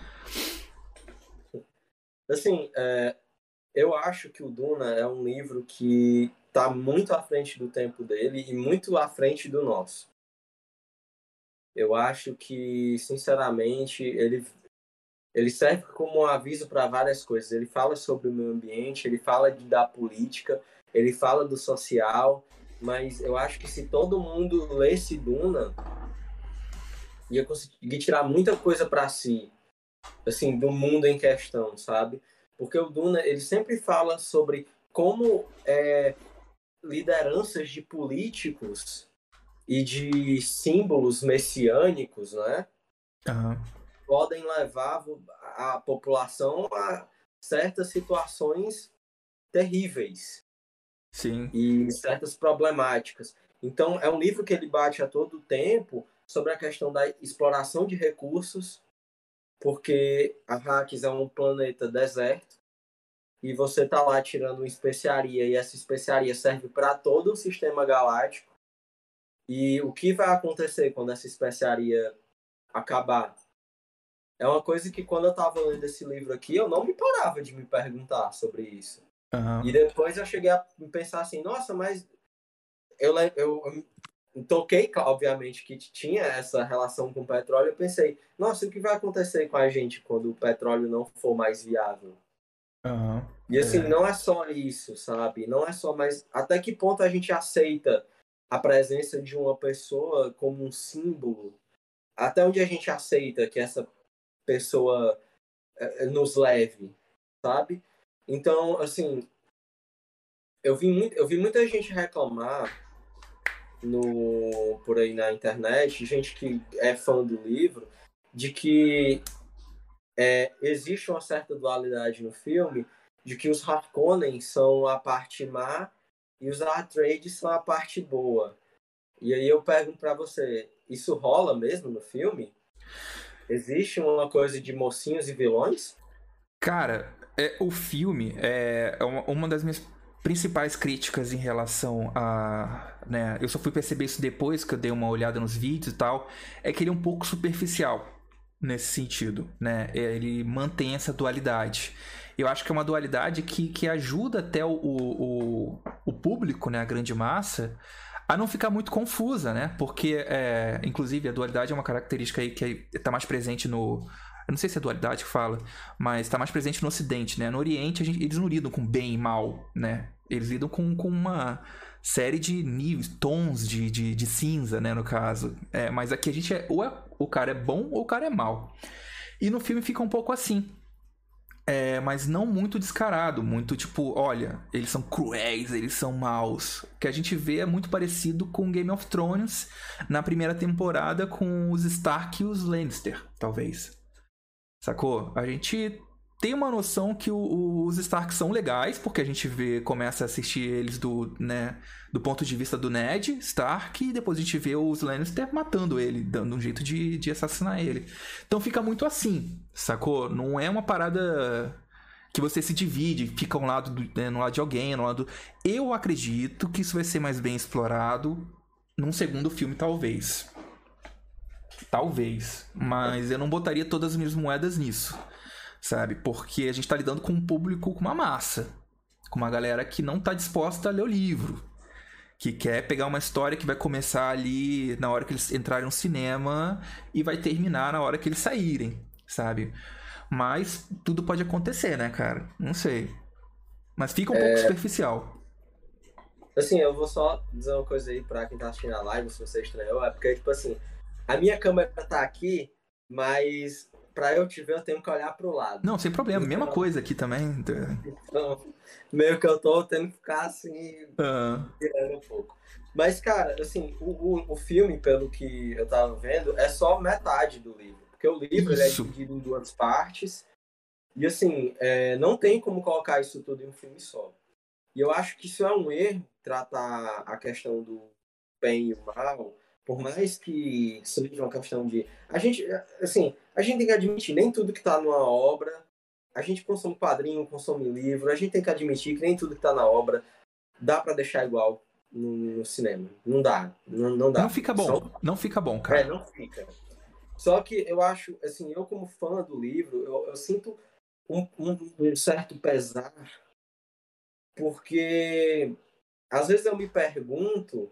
assim, é, eu acho que o Duna é um livro que está muito à frente do tempo dele e muito à frente do nosso. Eu acho que, sinceramente, ele, ele serve como um aviso para várias coisas. Ele fala sobre o meio ambiente, ele fala de, da política, ele fala do social, mas eu acho que se todo mundo lesse Duna, ia conseguir tirar muita coisa para si, assim, do mundo em questão, sabe? Porque o Duna, ele sempre fala sobre como é, lideranças de políticos e de símbolos messiânicos, né, Uhum. podem levar a população a certas situações terríveis. Sim. E certas problemáticas. Então, é um livro que ele bate a todo tempo sobre a questão da exploração de recursos, porque Arrakis é um planeta deserto e você está lá tirando uma especiaria e essa especiaria serve para todo o sistema galáctico. E o que vai acontecer quando essa especiaria acabar? É uma coisa que quando eu estava lendo esse livro aqui, eu não me parava de me perguntar sobre isso. Uhum. E depois eu cheguei a pensar assim, nossa, mas eu, eu, eu toquei, obviamente, que tinha essa relação com o petróleo. Eu pensei, nossa, o que vai acontecer com a gente quando o petróleo não for mais viável? Uhum. E assim, É. não é só isso, sabe? Não é só mais. Até que ponto a gente aceita a presença de uma pessoa como um símbolo? Até onde a gente aceita que essa pessoa eh, nos leve, sabe? Então, assim, eu vi, muito, eu vi muita gente reclamar no, por aí na internet, gente que é fã do livro, de que é, existe uma certa dualidade no filme, de que os Harkonnen são a parte má e os Atreides são a parte boa. E aí eu pergunto para você, isso rola mesmo no filme? Existe uma coisa de mocinhos e vilões? Cara, é, o filme é uma, uma das minhas principais críticas em relação a, né, eu só fui perceber isso depois que eu dei uma olhada nos vídeos e tal, é que ele é um pouco superficial nesse sentido, né? Ele mantém essa dualidade. Eu acho que é uma dualidade que, que ajuda até o, o, o público, né, a grande massa, a não ficar muito confusa, né? Porque, é, inclusive, a dualidade é uma característica aí que está mais presente no... Eu não sei se é dualidade que fala, mas está mais presente no Ocidente, né? No Oriente, a gente, eles não lidam com bem e mal, né? Eles lidam com, com uma série de níveis, tons de, de, de cinza, né? No caso. É, mas aqui a gente é... Ou é, o cara é bom ou o cara é mal. E no filme fica um pouco assim. É, mas não muito descarado, muito tipo, olha, eles são cruéis, eles são maus. O que a gente vê é muito parecido com Game of Thrones na primeira temporada com os Stark e os Lannister, talvez. Sacou? A gente tem uma noção que o, os Stark são legais, porque a gente vê, começa a assistir eles do, né, do ponto de vista do Ned Stark, e depois a gente vê os Lannister matando ele, dando um jeito de, de assassinar ele. Então fica muito assim, sacou? Não é uma parada que você se divide, fica um lado do, né, no lado de alguém, no lado... Eu acredito que isso vai ser mais bem explorado num segundo filme, talvez. Talvez. Mas eu não botaria todas as minhas moedas nisso, sabe? Porque a gente tá lidando com um público, com uma massa, com uma galera que não tá disposta a ler o livro, que quer pegar uma história que vai começar ali na hora que eles entrarem no cinema e vai terminar na hora que eles saírem, sabe? Mas tudo pode acontecer, né, cara? Não sei. Mas fica um pouco superficial. Assim, eu vou só dizer uma coisa aí pra quem tá assistindo a live, se você estranhou, é porque, tipo assim, a minha câmera tá aqui, mas pra eu te ver eu tenho que olhar pro lado. Não, sem problema. Mesma Então, coisa aqui também. então, meio que eu tô tendo que ficar assim, Ah, tirando um pouco. Mas, cara, assim, o, o, o filme, pelo que eu tava vendo, é só metade do livro. Porque o livro ele é isso. dividido em duas partes. E, assim, é, não tem como colocar isso tudo em um filme só. E eu acho que isso é um erro, tratar a questão do bem e o mal, por mais que seja uma questão de... A gente, assim, a gente tem que admitir, nem tudo que está numa obra, a gente consome quadrinho, consome livro, a gente tem que admitir que nem tudo que está na obra dá para deixar igual no, no cinema. Não dá, não, não dá. Não fica bom, Só... não fica bom, cara. É, não fica. Só que eu acho, assim, eu como fã do livro, eu, eu sinto um, um, um certo pesar, porque às vezes eu me pergunto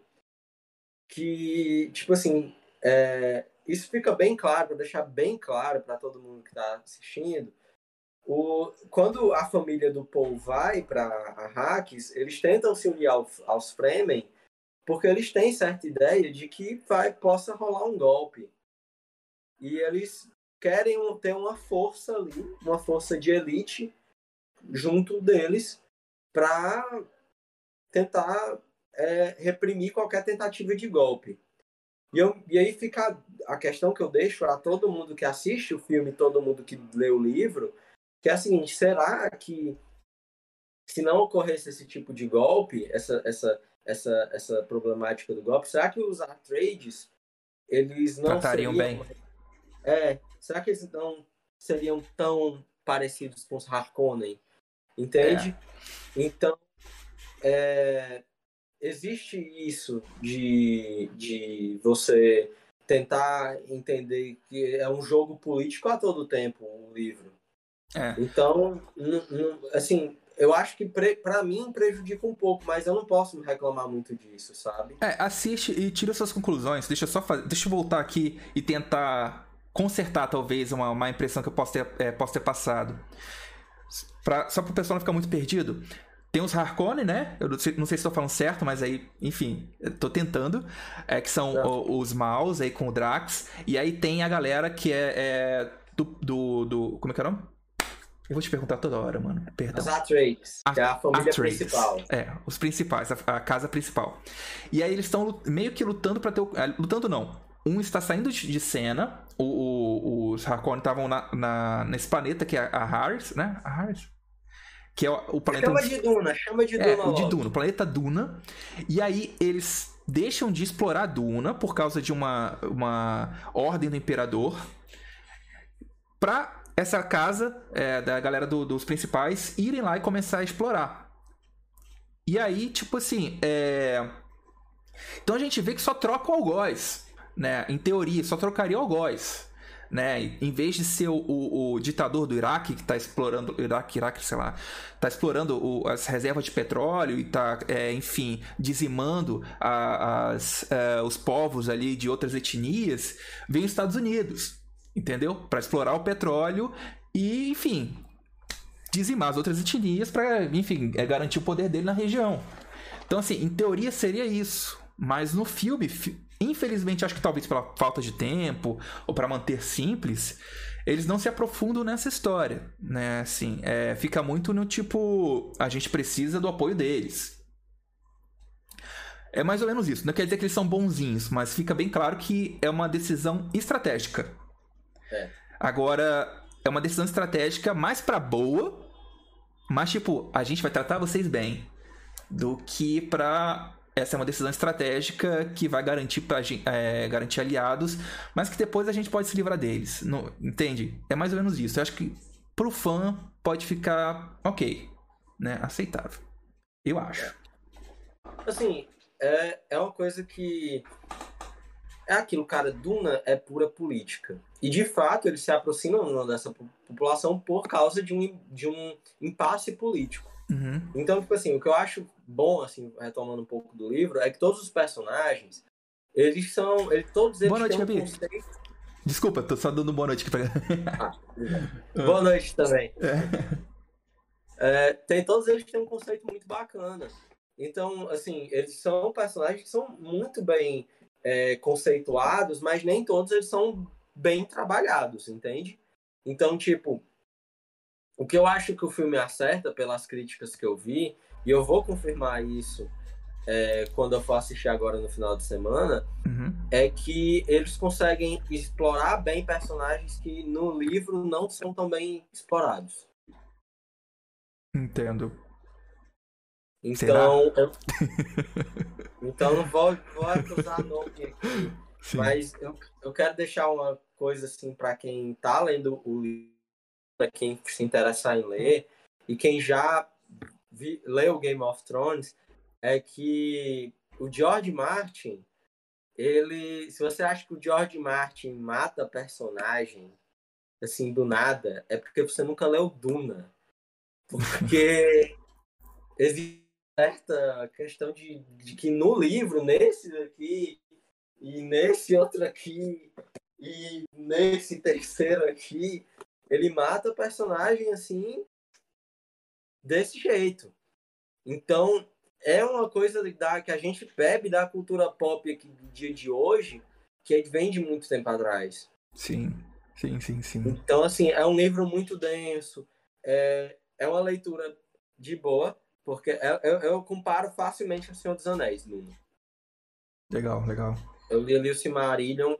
que, tipo assim, é, isso fica bem claro, para deixar bem claro para todo mundo que está assistindo. O, quando a família do Paul vai para Arrakis, eles tentam se unir ao, aos Fremen, porque eles têm certa ideia de que vai, possa rolar um golpe. E eles querem ter uma força ali, uma força de elite junto deles para tentar é, reprimir qualquer tentativa de golpe. E, eu, e aí fica a questão que eu deixo a todo mundo que assiste o filme, todo mundo que lê o livro, que é a seguinte: será que se não ocorresse esse tipo de golpe, essa, essa, essa, essa problemática do golpe, será que os Atreides, eles não Tratariam seriam... bem. É, será que eles não seriam tão parecidos com os Harkonnen? Entende? É. Então, é, existe isso de, de você tentar entender que é um jogo político a todo tempo, o livro. É. Então, assim, eu acho que para mim prejudica um pouco, mas eu não posso reclamar muito disso, sabe? É, assiste e tira suas conclusões. Deixa eu só fazer, deixa eu voltar aqui e tentar consertar talvez uma, uma impressão que eu posso ter, é, posso ter passado. Pra, só pro pessoal não ficar muito perdido. Tem os Harkonnen, né? Eu não sei, não sei se estou falando certo, mas aí, enfim, eu tô tentando. É, que são É. o, os Maus aí com o Drax. E aí tem a galera que é, é do, do, do. Como é que é o nome? Eu vou te perguntar toda hora, mano. Perdão. Os Atreides, que é a família Atreides. principal. É, os principais, a, a casa principal. E aí eles estão meio que lutando pra ter o... Lutando não. Um está saindo de, de cena. O, o, os Harkonnen estavam na, na, nesse planeta que é a Harris, né? A Harris? Que é o, o planeta... Chama de Duna, chama de É, Duna o de logo. Duna, o planeta Duna. E aí eles deixam de explorar Duna por causa de uma, uma ordem do imperador pra essa casa é, da galera do, dos principais irem lá e começar a explorar. E aí, tipo assim, é... então a gente vê que só troca o algoz, né? Em teoria, só trocaria o algoz, né? Em vez de ser o, o, o ditador do Iraque que tá explorando, Iraque, Iraque, sei lá, tá explorando o, as reservas de petróleo e tá, é, enfim, dizimando a, as, é, os povos ali de outras etnias, vem os Estados Unidos, entendeu? Para explorar o petróleo e, enfim, dizimar as outras etnias para, enfim, é, garantir o poder dele na região. Então, assim, em teoria seria isso. Mas no filme, infelizmente, acho que talvez pela falta de tempo ou para manter simples, eles não se aprofundam nessa história, né? Assim, é, fica muito no tipo, a gente precisa do apoio deles. É mais ou menos isso. Não quer dizer que eles são bonzinhos, mas fica bem claro que é uma decisão estratégica. É. Agora, é uma decisão estratégica mais pra boa, mas tipo, a gente vai tratar vocês bem, do que pra... Essa é uma decisão estratégica que vai garantir, pra, é, garantir aliados, mas que depois a gente pode se livrar deles. Não, entende? É mais ou menos isso. Eu acho que pro fã pode ficar ok, né? Aceitável. Eu acho. Assim, é, é uma coisa que... É aquilo, cara, Duna é pura política. E, de fato, eles se aproximam dessa população por causa de um, de um impasse político. Uhum. Então, tipo assim, o que eu acho bom, assim, retomando um pouco do livro, é que todos os personagens, eles são... Eles, todos eles Boa noite, têm um Gabi. conceito... Desculpa, tô só dando boa noite aqui pra... Ah, boa noite também. É. É, tem, todos eles têm um conceito muito bacana. Então, assim, eles são personagens que são muito bem é, conceituados, mas nem todos eles são bem trabalhados, entende? Então, tipo, o que eu acho que o filme acerta pelas críticas que eu vi, e eu vou confirmar isso é, quando eu for assistir agora no final de semana, Uhum. é que eles conseguem explorar bem personagens que no livro não são tão bem explorados. Entendo. Será? Então, eu, então não vou, vou acusar nome aqui, Sim. mas eu, eu quero deixar uma coisa assim para quem tá lendo o livro, para quem se interessar em ler, e quem já vi, leu Game of Thrones, é que o George Martin, ele, se você acha que o George Martin mata personagem assim do nada, é porque você nunca leu Duna. Porque existe certa questão de, de que no livro, nesse aqui, e nesse outro aqui, e nesse terceiro aqui, ele mata o personagem assim, desse jeito. Então, é uma coisa da, que a gente bebe da cultura pop aqui do dia de hoje, que vem de muito tempo atrás. Sim, sim, sim, sim. Então, assim, é um livro muito denso, é, é uma leitura de boa, porque eu, eu comparo facilmente com O Senhor dos Anéis, Nuno. Legal, legal. Eu li ali o Silmarillion,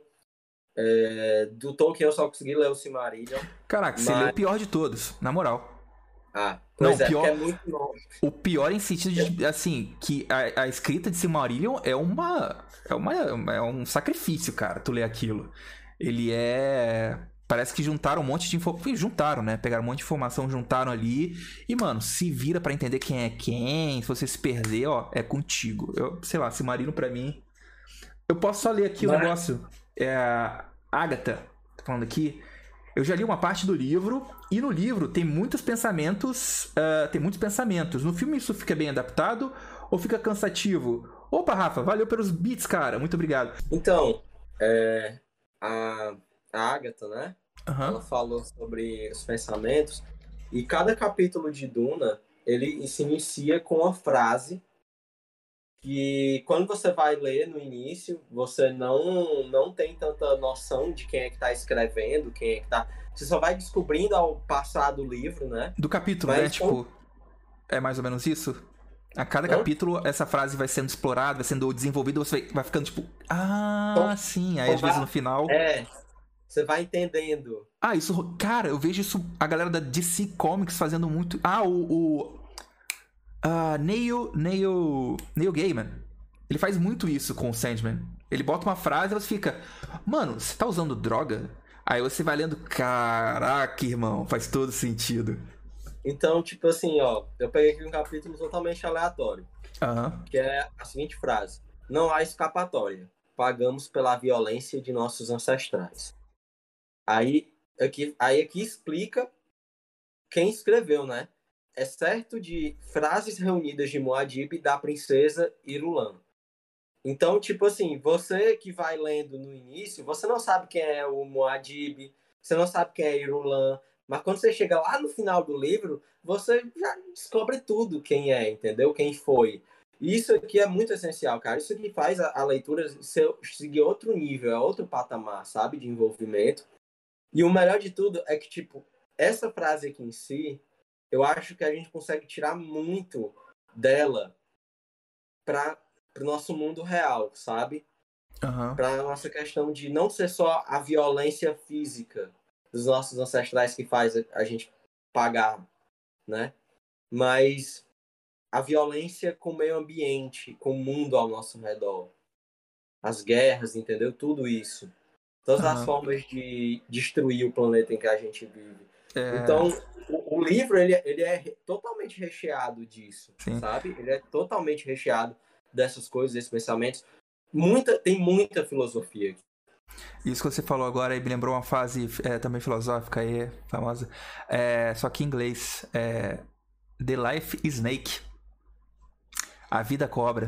é, do Tolkien eu só consegui ler o Silmarillion. Caraca, você leu o Mas... pior de todos, na moral. Ah, Não, pois é, porque pior, é muito novo. o pior em sentido de, assim, que a, a escrita de Silmarillion é uma, é uma, é um sacrifício, cara, tu ler aquilo. Ele é... Parece que juntaram um monte de informação. Juntaram, né? Pegaram um monte de informação, juntaram ali. E, mano, se vira pra entender quem é quem. Se você se perder, ó, é contigo. Eu, sei lá, Silmarillion pra mim... Eu posso só ler aqui o Mas... negócio. É a Agatha, tô falando aqui. Eu já li uma parte do livro, e no livro tem muitos pensamentos. Uh, tem muitos pensamentos. No filme isso fica bem adaptado ou fica cansativo? Opa, Rafa, valeu pelos beats, cara. Muito obrigado. Então, é, a, a Agatha, né? Uhum. Ela falou sobre os pensamentos, e cada capítulo de Duna, ele se inicia com uma frase que, quando você vai ler no início, você não, não tem tanta noção de quem é que está escrevendo, quem é que está... Você só vai descobrindo ao passar do livro, né? Do capítulo, Mas, né? Tipo, é mais ou menos isso? A cada Hã? capítulo, essa frase vai sendo explorada, vai sendo desenvolvida, você vai, vai ficando tipo, ah, Então, sim. Aí às vezes no final. É, você vai entendendo. Ah, isso. Cara, eu vejo isso. A galera da D C Comics fazendo muito. Ah, o. o uh, Neil, Neil. Neil Gaiman. Ele faz muito isso com o Sandman. Ele bota uma frase e você fica, mano, você tá usando droga? Aí você vai lendo, caraca, irmão, faz todo sentido. Então, tipo assim, ó, eu peguei aqui um capítulo totalmente aleatório, Aham. que é a seguinte frase: não há escapatória. Pagamos pela violência de nossos ancestrais. Aí aqui, aí aqui explica quem escreveu, né? Excerto de frases reunidas de Muad'Dib da princesa Irulan. Então, tipo assim, você que vai lendo no início, você não sabe quem é o Muad'Dib, você não sabe quem é Irulan, mas quando você chega lá no final do livro, você já descobre tudo quem é, entendeu? Quem foi. E isso aqui é muito essencial, cara. Isso aqui faz a, a leitura ser, seguir outro nível, é outro patamar, sabe, de envolvimento. E o melhor de tudo é que, tipo, essa frase aqui em si, eu acho que a gente consegue tirar muito dela para o nosso mundo real, sabe? Aham. Para a nossa questão de não ser só a violência física dos nossos ancestrais que faz a gente pagar, né? Mas a violência com o meio ambiente, com o mundo ao nosso redor. As guerras, entendeu? Tudo isso. Todas as Aham. formas de destruir o planeta em que a gente vive. É. Então, o, o livro, ele, ele é totalmente recheado disso, Sim. sabe? Ele é totalmente recheado dessas coisas, desses pensamentos. Muita, tem muita filosofia aqui. Isso que você falou agora aí me lembrou uma fase é, também filosófica aí, famosa. É, só que em inglês. É, The Life Snake. A vida cobra.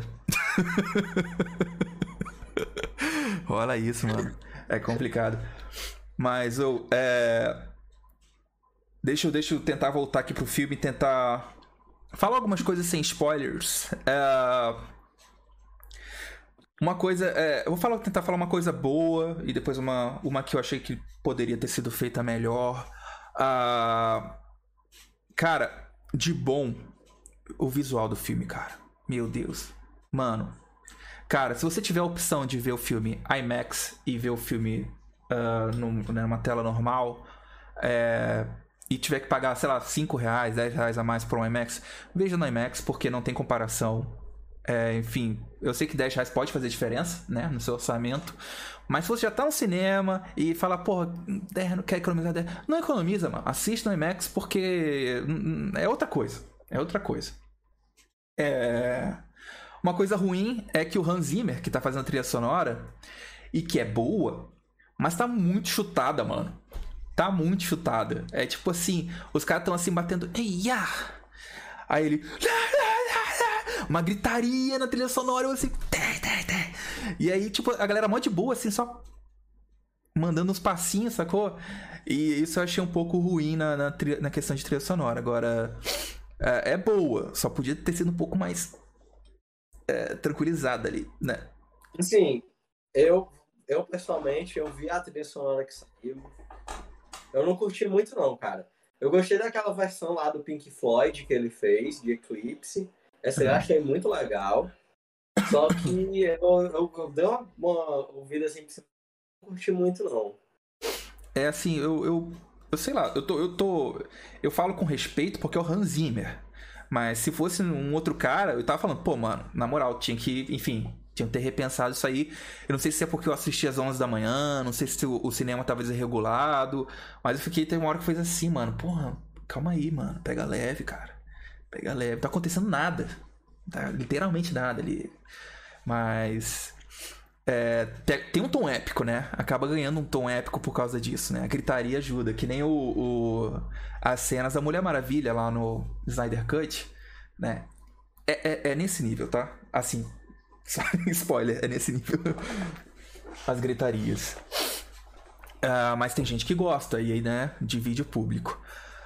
Olha isso, mano. É complicado. Mas eu. É... Deixa, eu, deixa eu tentar voltar aqui pro filme e tentar falar algumas coisas sem spoilers. É... Uma coisa. É... Eu vou falar, tentar falar uma coisa boa e depois uma, uma que eu achei que poderia ter sido feita melhor. Ah... Cara, de bom, o visual do filme, cara. Meu Deus. Mano. Cara, se você tiver a opção de ver o filme IMAX e ver o filme uh, num, numa tela normal, é... e tiver que pagar, sei lá, cinco reais, dez reais a mais por um IMAX, veja no IMAX, porque não tem comparação. É, enfim, eu sei que dez reais pode fazer diferença, né, no seu orçamento. Mas se você já tá no cinema e fala, porra, não quer economizar dez, não economiza, mano. Assista no IMAX porque é outra coisa. É outra coisa. É... Uma coisa ruim é que o Hans Zimmer, que tá fazendo a trilha sonora, e que é boa, mas tá muito chutada, mano. Tá muito chutada. É tipo assim, os caras tão assim batendo. Eia! Aí ele. Uma gritaria na trilha sonora, eu assim. E aí, tipo, a galera mó de boa, assim, só mandando uns passinhos, sacou? E isso eu achei um pouco ruim na, na, trilha, na questão de trilha sonora. Agora, é, é boa, só podia ter sido um pouco mais é, tranquilizada ali, né? Sim, eu, eu pessoalmente, eu vi a trilha sonora que saiu. Eu não curti muito, não, cara. Eu gostei daquela versão lá do Pink Floyd que ele fez, de Eclipse. Essa eu achei muito legal. Só que eu, eu, eu dei uma, uma ouvida assim que você não curti muito, não. É assim, eu, eu, eu sei lá, eu tô, eu tô. Eu falo com respeito porque é o Hans Zimmer. Mas se fosse um outro cara, eu tava falando, pô, mano, na moral, tinha que, enfim, tinha que ter repensado isso aí. Eu não sei se é porque eu assisti às onze da manhã, não sei se o, o cinema tava desregulado, mas eu fiquei, teve uma hora que fez assim, mano, porra, calma aí, mano, pega leve, cara. Pega leve, não tá acontecendo nada. Tá literalmente nada ali. Mas. É, tem um tom épico, né? Acaba ganhando um tom épico por causa disso, né? A gritaria ajuda, que nem o, o as cenas da Mulher Maravilha lá no Snyder Cut, né? É, é, é nesse nível, tá? Assim, só spoiler, é nesse nível. As gritarias. Uh, mas tem gente que gosta, e aí, né? Divide o público.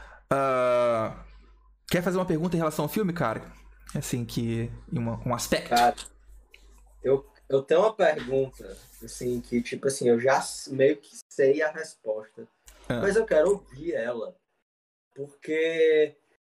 Uh, quer fazer uma pergunta em relação ao filme, cara? Assim, que. Uma, um aspecto. Cara, eu, eu tenho uma pergunta, assim, que, tipo assim, eu já meio que sei a resposta. Ah. Mas eu quero ouvir ela. Porque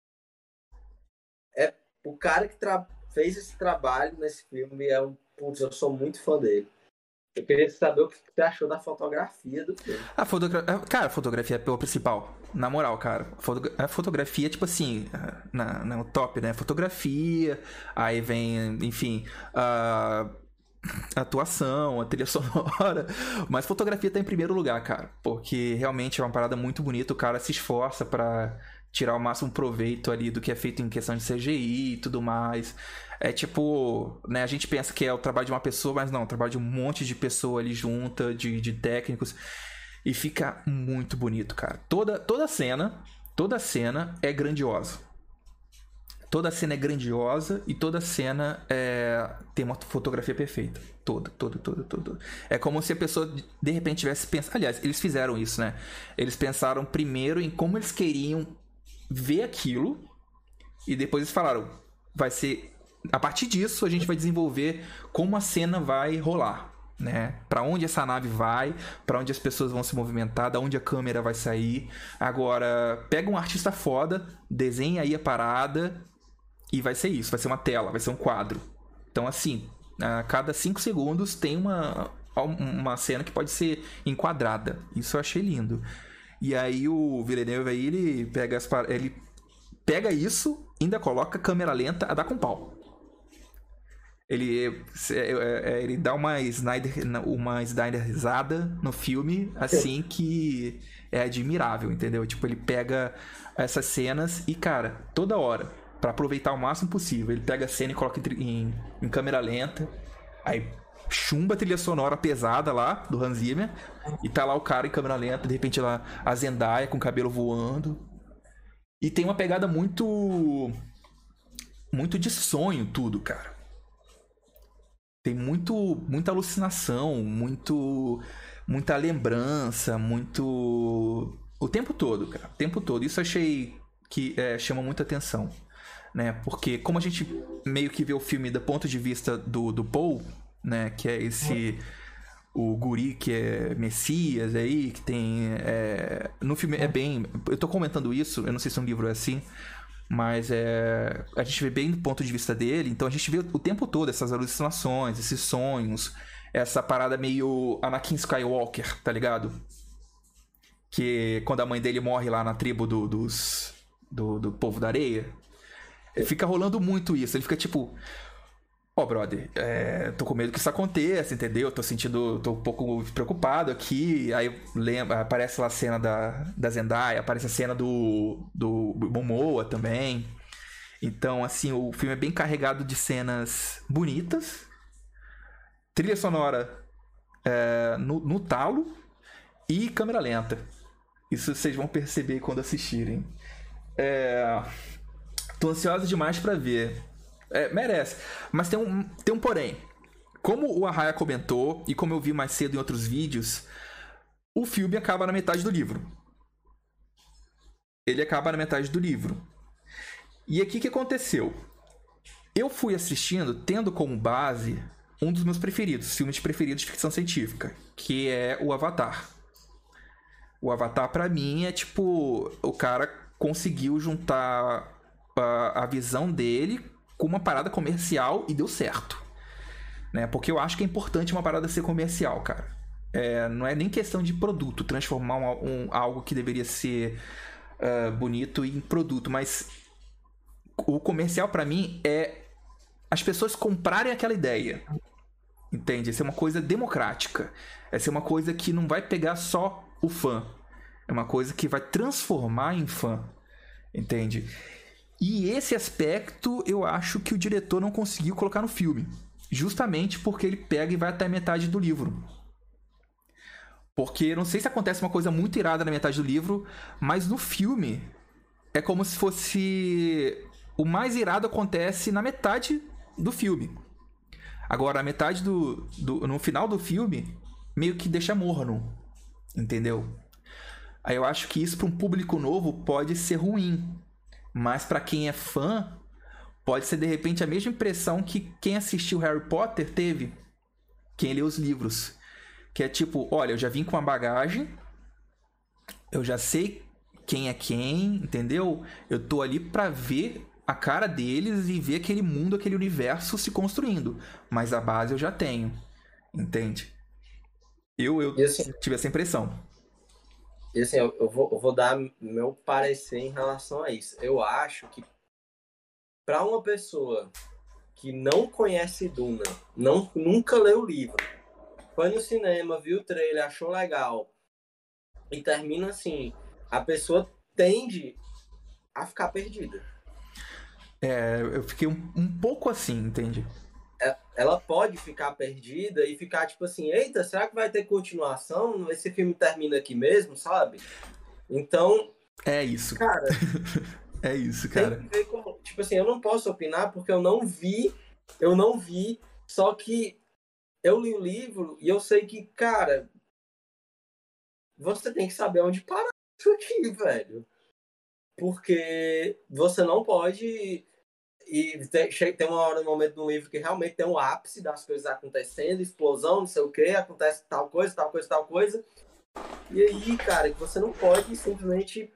é o cara que tra... fez esse trabalho nesse filme é um. Putz, eu sou muito fã dele. Eu queria saber o que você achou da fotografia do filme. A fotogra... Cara, a fotografia é o principal. Na moral, cara. A fotografia, tipo assim, na, na, no top, né? Fotografia, aí vem, enfim, a atuação, a trilha sonora. Mas fotografia tá em primeiro lugar, cara. Porque realmente é uma parada muito bonita. O cara se esforça pra tirar o máximo proveito ali do que é feito em questão de C G I e tudo mais. É tipo, né, a gente pensa que é o trabalho de uma pessoa, mas não, é o trabalho de um monte de pessoa ali junta, de, de técnicos, e fica muito bonito, cara. Toda, toda cena, toda cena é grandiosa. Toda cena é grandiosa e toda cena é, tem uma fotografia perfeita. Toda, toda, toda, toda. É como se a pessoa de repente tivesse pensado. Aliás, eles fizeram isso, né? Eles pensaram primeiro em como eles queriam ver aquilo e depois eles falaram, vai ser. A partir disso, a gente vai desenvolver como a cena vai rolar, né? Para onde essa nave vai, para onde as pessoas vão se movimentar, da onde a câmera vai sair. Agora, pega um artista foda, desenha aí a parada e vai ser isso, vai ser uma tela, vai ser um quadro. Então, assim, a cada cinco segundos tem uma, uma cena que pode ser enquadrada. Isso eu achei lindo. E aí o Villeneuve aí, ele pega as par... ele pega isso, ainda coloca câmera lenta a dar com pau. Ele, ele dá uma Snyder, uma Snyderizada no filme, assim, que é admirável, entendeu? Tipo, ele pega essas cenas e, cara, toda hora, pra aproveitar o máximo possível, ele pega a cena e coloca em, em câmera lenta, aí chumba a trilha sonora pesada lá, do Hans Zimmer, e tá lá o cara em câmera lenta, de repente lá a Zendaya com o cabelo voando. E tem uma pegada muito... muito de sonho tudo, cara. Tem muito, muita alucinação, muito, muita lembrança, muito... O tempo todo, cara. O tempo todo. Isso eu achei que é, chama muita atenção, né? Porque como a gente meio que vê o filme do ponto de vista do, do Paul, né? Que é esse... O guri que é Messias aí, que tem... É... No filme é bem... Eu tô comentando isso, eu não sei se um livro é assim... Mas é, a gente vê bem do ponto de vista dele. Então a gente vê o tempo todo essas alucinações, esses sonhos, essa parada meio Anakin Skywalker, tá ligado? Que quando a mãe dele morre lá na tribo do, dos, do, do povo da areia, fica rolando muito isso. Ele fica tipo... Ó, oh, brother, é, tô com medo que isso aconteça, entendeu? Tô sentindo... Tô um pouco preocupado aqui. Aí lembra, aparece lá a cena da, da Zendaya, aparece a cena do, do Momoa também. Então, assim, o filme é bem carregado de cenas bonitas. Trilha sonora é, no, no talo e câmera lenta. Isso vocês vão perceber quando assistirem. É... Tô ansioso demais pra ver. É, merece. Mas tem um, tem um porém. Como o Arraia comentou, e como eu vi mais cedo em outros vídeos, o filme acaba na metade do livro. Ele acaba na metade do livro. E aqui o que aconteceu? Eu fui assistindo, tendo como base um dos meus preferidos, filmes preferidos de ficção científica, que é o Avatar. O Avatar, pra mim, é tipo... O cara conseguiu juntar a, a visão dele com uma parada comercial e deu certo. Né? Porque eu acho que é importante uma parada ser comercial, cara. É, não é nem questão de produto, transformar um, um, algo que deveria ser uh, bonito em produto, mas o comercial, pra mim, é as pessoas comprarem aquela ideia. Entende? Essa é uma coisa democrática. Essa é uma coisa que não vai pegar só o fã. É uma coisa que vai transformar em fã. Entende? E esse aspecto eu acho que o diretor não conseguiu colocar no filme. Justamente porque ele pega e vai até a metade do livro. Porque não sei se acontece uma coisa muito irada na metade do livro, mas no filme é como se fosse... O mais irado acontece na metade do filme. Agora, a metade do, do... No final do filme, meio que deixa morno. Entendeu? Aí eu acho que isso para um público novo pode ser ruim. Mas para quem é fã, pode ser de repente a mesma impressão que quem assistiu Harry Potter teve. Quem lê os livros. Que é tipo, olha, eu já vim com uma bagagem, eu já sei quem é quem, entendeu? Eu tô ali pra ver a cara deles e ver aquele mundo, aquele universo se construindo. Mas a base eu já tenho, entende? Eu, eu assim, tive essa impressão. E assim, eu, eu, vou, eu vou dar meu parecer em relação a isso. Eu acho que pra uma pessoa que não conhece Duna, não, nunca leu o livro, foi no cinema, viu o trailer, achou legal e termina assim, a pessoa tende a ficar perdida. É, eu fiquei um, um pouco assim, entende? Ela pode ficar perdida e ficar tipo assim, eita, será que vai ter continuação? Esse filme termina aqui mesmo, sabe? Então... É isso. Cara... é isso, cara. Tem que ver como, tipo assim, eu não posso opinar porque eu não vi, eu não vi, só que eu li o livro e eu sei que, cara, você tem que saber onde parar isso aqui, velho. Porque você não pode... E tem, tem uma hora, no momento do livro que realmente tem um ápice das coisas acontecendo, explosão, não sei o que, acontece tal coisa, tal coisa, tal coisa. E aí, cara, que você não pode simplesmente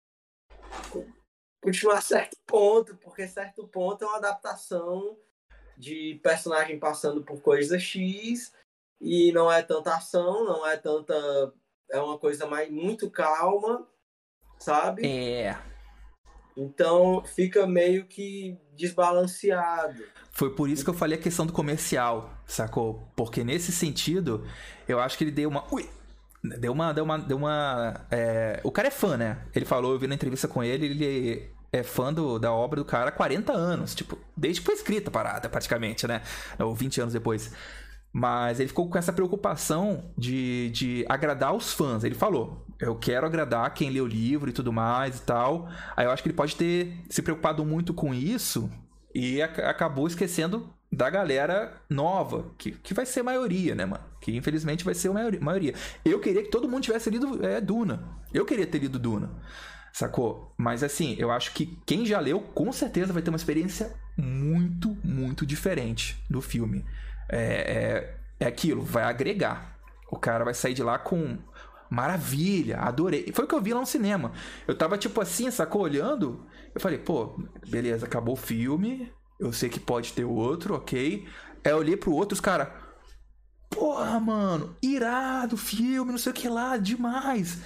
continuar a certo ponto, porque certo ponto é uma adaptação de personagem passando por coisa X e não é tanta ação, não é tanta... É uma coisa mais, muito calma, sabe? É... Então fica meio que desbalanceado. Foi por isso que eu falei a questão do comercial, sacou? Porque nesse sentido, eu acho que ele deu uma... Ui! Deu uma... Deu uma, deu uma é... O cara é fã, né? Ele falou, eu vi na entrevista com ele, ele é fã do, da obra do cara há quarenta anos. Tipo, desde que foi escrita a parada, praticamente, né? Ou vinte anos depois. Mas ele ficou com essa preocupação de, de agradar os fãs. Ele falou, eu quero agradar quem lê o livro e tudo mais e tal. Aí eu acho que ele pode ter se preocupado muito com isso e a, acabou esquecendo da galera nova, que, que vai ser a maioria, né, mano? Que infelizmente vai ser a maioria. Eu queria que todo mundo tivesse lido é, Duna. Eu queria ter lido Duna, sacou? Mas assim, eu acho que quem já leu, com certeza vai ter uma experiência muito, muito diferente do filme. É, é, é aquilo, vai agregar. O cara vai sair de lá com maravilha, adorei. Foi o que eu vi lá no cinema. Eu tava tipo assim, sacou? Olhando, eu falei, pô, beleza, acabou o filme, eu sei que pode ter outro, ok. Aí eu olhei pro outro, os caras, porra, mano, irado filme, não sei o que lá, demais.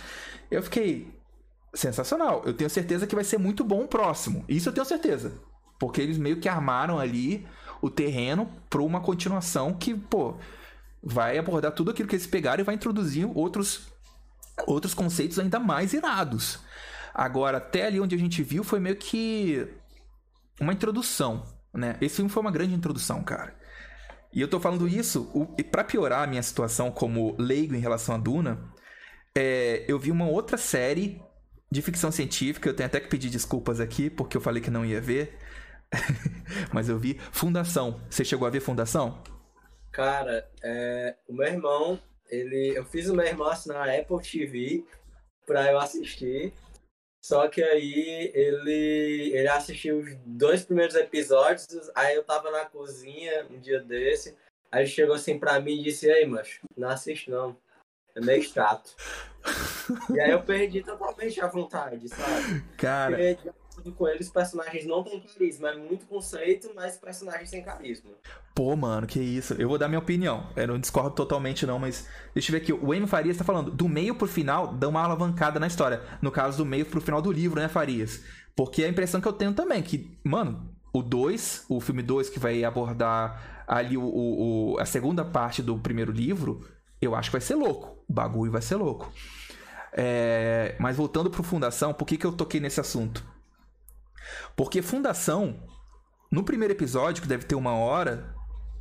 Eu fiquei... sensacional. Eu tenho certeza que vai ser muito bom o próximo. Isso eu tenho certeza. Porque eles meio que armaram ali o terreno para uma continuação que, pô, vai abordar tudo aquilo que eles pegaram e vai introduzir outros, outros conceitos ainda mais irados. Agora, até ali onde a gente viu foi meio que uma introdução, né? Esse filme foi uma grande introdução, cara. E eu tô falando isso o, para piorar a minha situação como leigo em relação a Duna. É, eu vi uma outra série de ficção científica, eu tenho até que pedir desculpas aqui, porque eu falei que não ia ver. Mas eu vi Fundação. Você chegou a ver Fundação? Cara, é, o meu irmão, ele, eu fiz o meu irmão assinar a Apple T V pra eu assistir. Só que aí ele, ele assistiu os dois primeiros episódios, aí eu tava na cozinha um dia desse, aí ele chegou assim pra mim e disse, ei, macho, não assiste não, é meio chato. E aí eu perdi totalmente a vontade, sabe? Cara... Porque, de acordo com ele, os personagens não têm carisma, é muito conceito, mas personagens sem carisma. Pô, mano, que isso. Eu vou dar minha opinião. Eu não discordo totalmente, não, mas deixa eu ver aqui. O Amy Farias tá falando, do meio pro final, dá uma alavancada na história. No caso, do meio pro final do livro, né, Farias? Porque a impressão que eu tenho também, que, mano, o dois, o filme dois, que vai abordar ali o, o, o, a segunda parte do primeiro livro, eu acho que vai ser louco. O bagulho vai ser louco. É... Mas voltando pro Fundação, por que, que eu toquei nesse assunto? Porque Fundação, no primeiro episódio, que deve ter uma hora...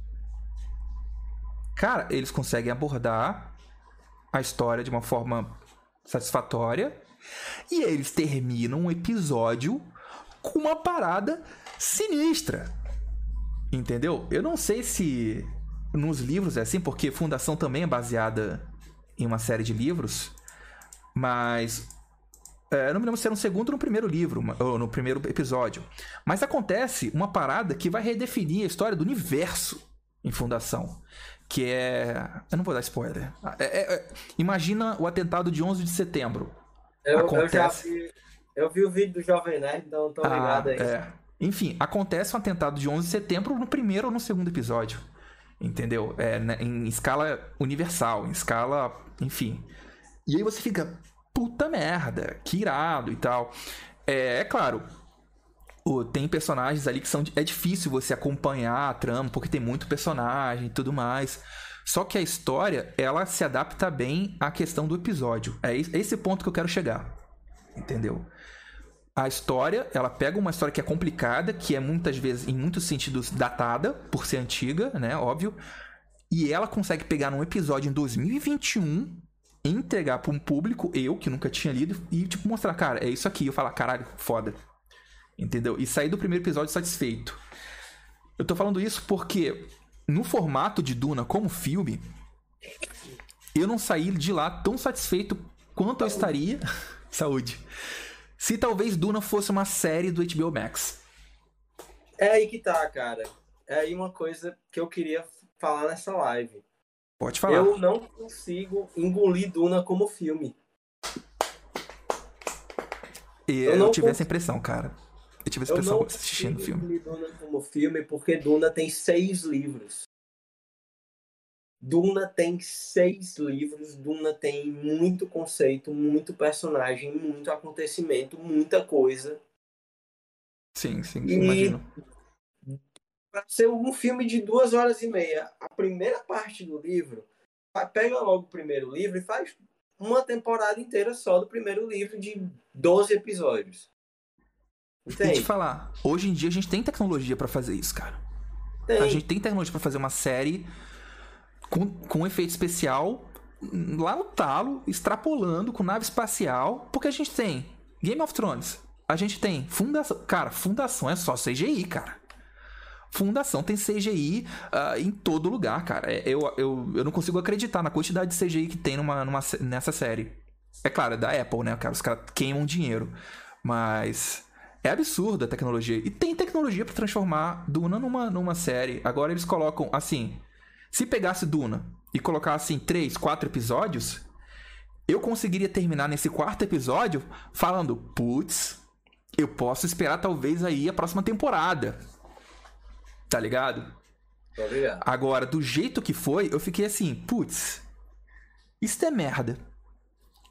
Cara, eles conseguem abordar a história de uma forma satisfatória e eles terminam um episódio com uma parada sinistra. Entendeu? Eu não sei se nos livros é assim, porque Fundação também é baseada em uma série de livros, mas... É, eu não me lembro se era no segundo ou no primeiro livro, ou no primeiro episódio. Mas acontece uma parada que vai redefinir a história do universo em Fundação. Que é... Eu não vou dar spoiler. É, é, é... Imagina o atentado de onze de setembro. Eu, acontece... eu já vi... Eu vi o vídeo do Jovem Nerd, então tô ligado ah, aí. É. Enfim, acontece um atentado de onze de setembro no primeiro ou no segundo episódio. Entendeu? É, né, em escala universal, em escala... Enfim. E aí você fica... Puta merda, que irado e tal. É, é claro, tem personagens ali que são... É difícil você acompanhar a trama, porque tem muito personagem e tudo mais. Só que a história, ela se adapta bem à questão do episódio. É esse ponto que eu quero chegar. Entendeu? A história, ela pega uma história que é complicada, que é muitas vezes, em muitos sentidos, datada, por ser antiga, né? Óbvio. E ela consegue pegar num episódio em dois mil e vinte e um... entregar para um público, eu que nunca tinha lido, e tipo mostrar, cara, é isso aqui. Eu falar, caralho, foda. Entendeu? E sair do primeiro episódio satisfeito. Eu tô falando isso porque no formato de Duna como filme, eu não saí de lá tão satisfeito quanto eu estaria saúde, se talvez Duna fosse uma série do H B O Max. É aí que tá, cara. É aí uma coisa que eu queria falar nessa live. Pode falar. Eu não consigo engolir Duna como filme. Eu, eu não tive consigo. essa impressão, cara. Eu tive essa eu impressão não assistindo o filme. Engolir Duna como filme porque Duna tem seis livros. Duna tem seis livros. Duna tem muito conceito, muito personagem, muito acontecimento, muita coisa. Sim, sim, e... imagino. Para ser um filme de duas horas e meia, a primeira parte do livro, pega logo o primeiro livro e faz uma temporada inteira só do primeiro livro de doze episódios. Entende? E te falar, hoje em dia a gente tem tecnologia para fazer isso, cara. Tem. A gente tem tecnologia para fazer uma série com, com efeito especial lá no talo, extrapolando com nave espacial, porque a gente tem Game of Thrones, a gente tem Fundação. Cara, Fundação é só C G I, cara. Fundação tem C G I uh, em todo lugar, cara. Eu, eu, eu não consigo acreditar na quantidade de C G I que tem numa, numa, nessa série. É claro, é da Apple, né, cara? Os caras queimam dinheiro. Mas é absurdo a tecnologia. E tem tecnologia pra transformar Duna numa, numa série. Agora eles colocam, assim... Se pegasse Duna e colocasse em três, quatro episódios, eu conseguiria terminar nesse quarto episódio falando, putz, eu posso esperar talvez aí a próxima temporada. Tá ligado? Tô ligado. Agora, do jeito que foi, eu fiquei assim, putz, isso é merda.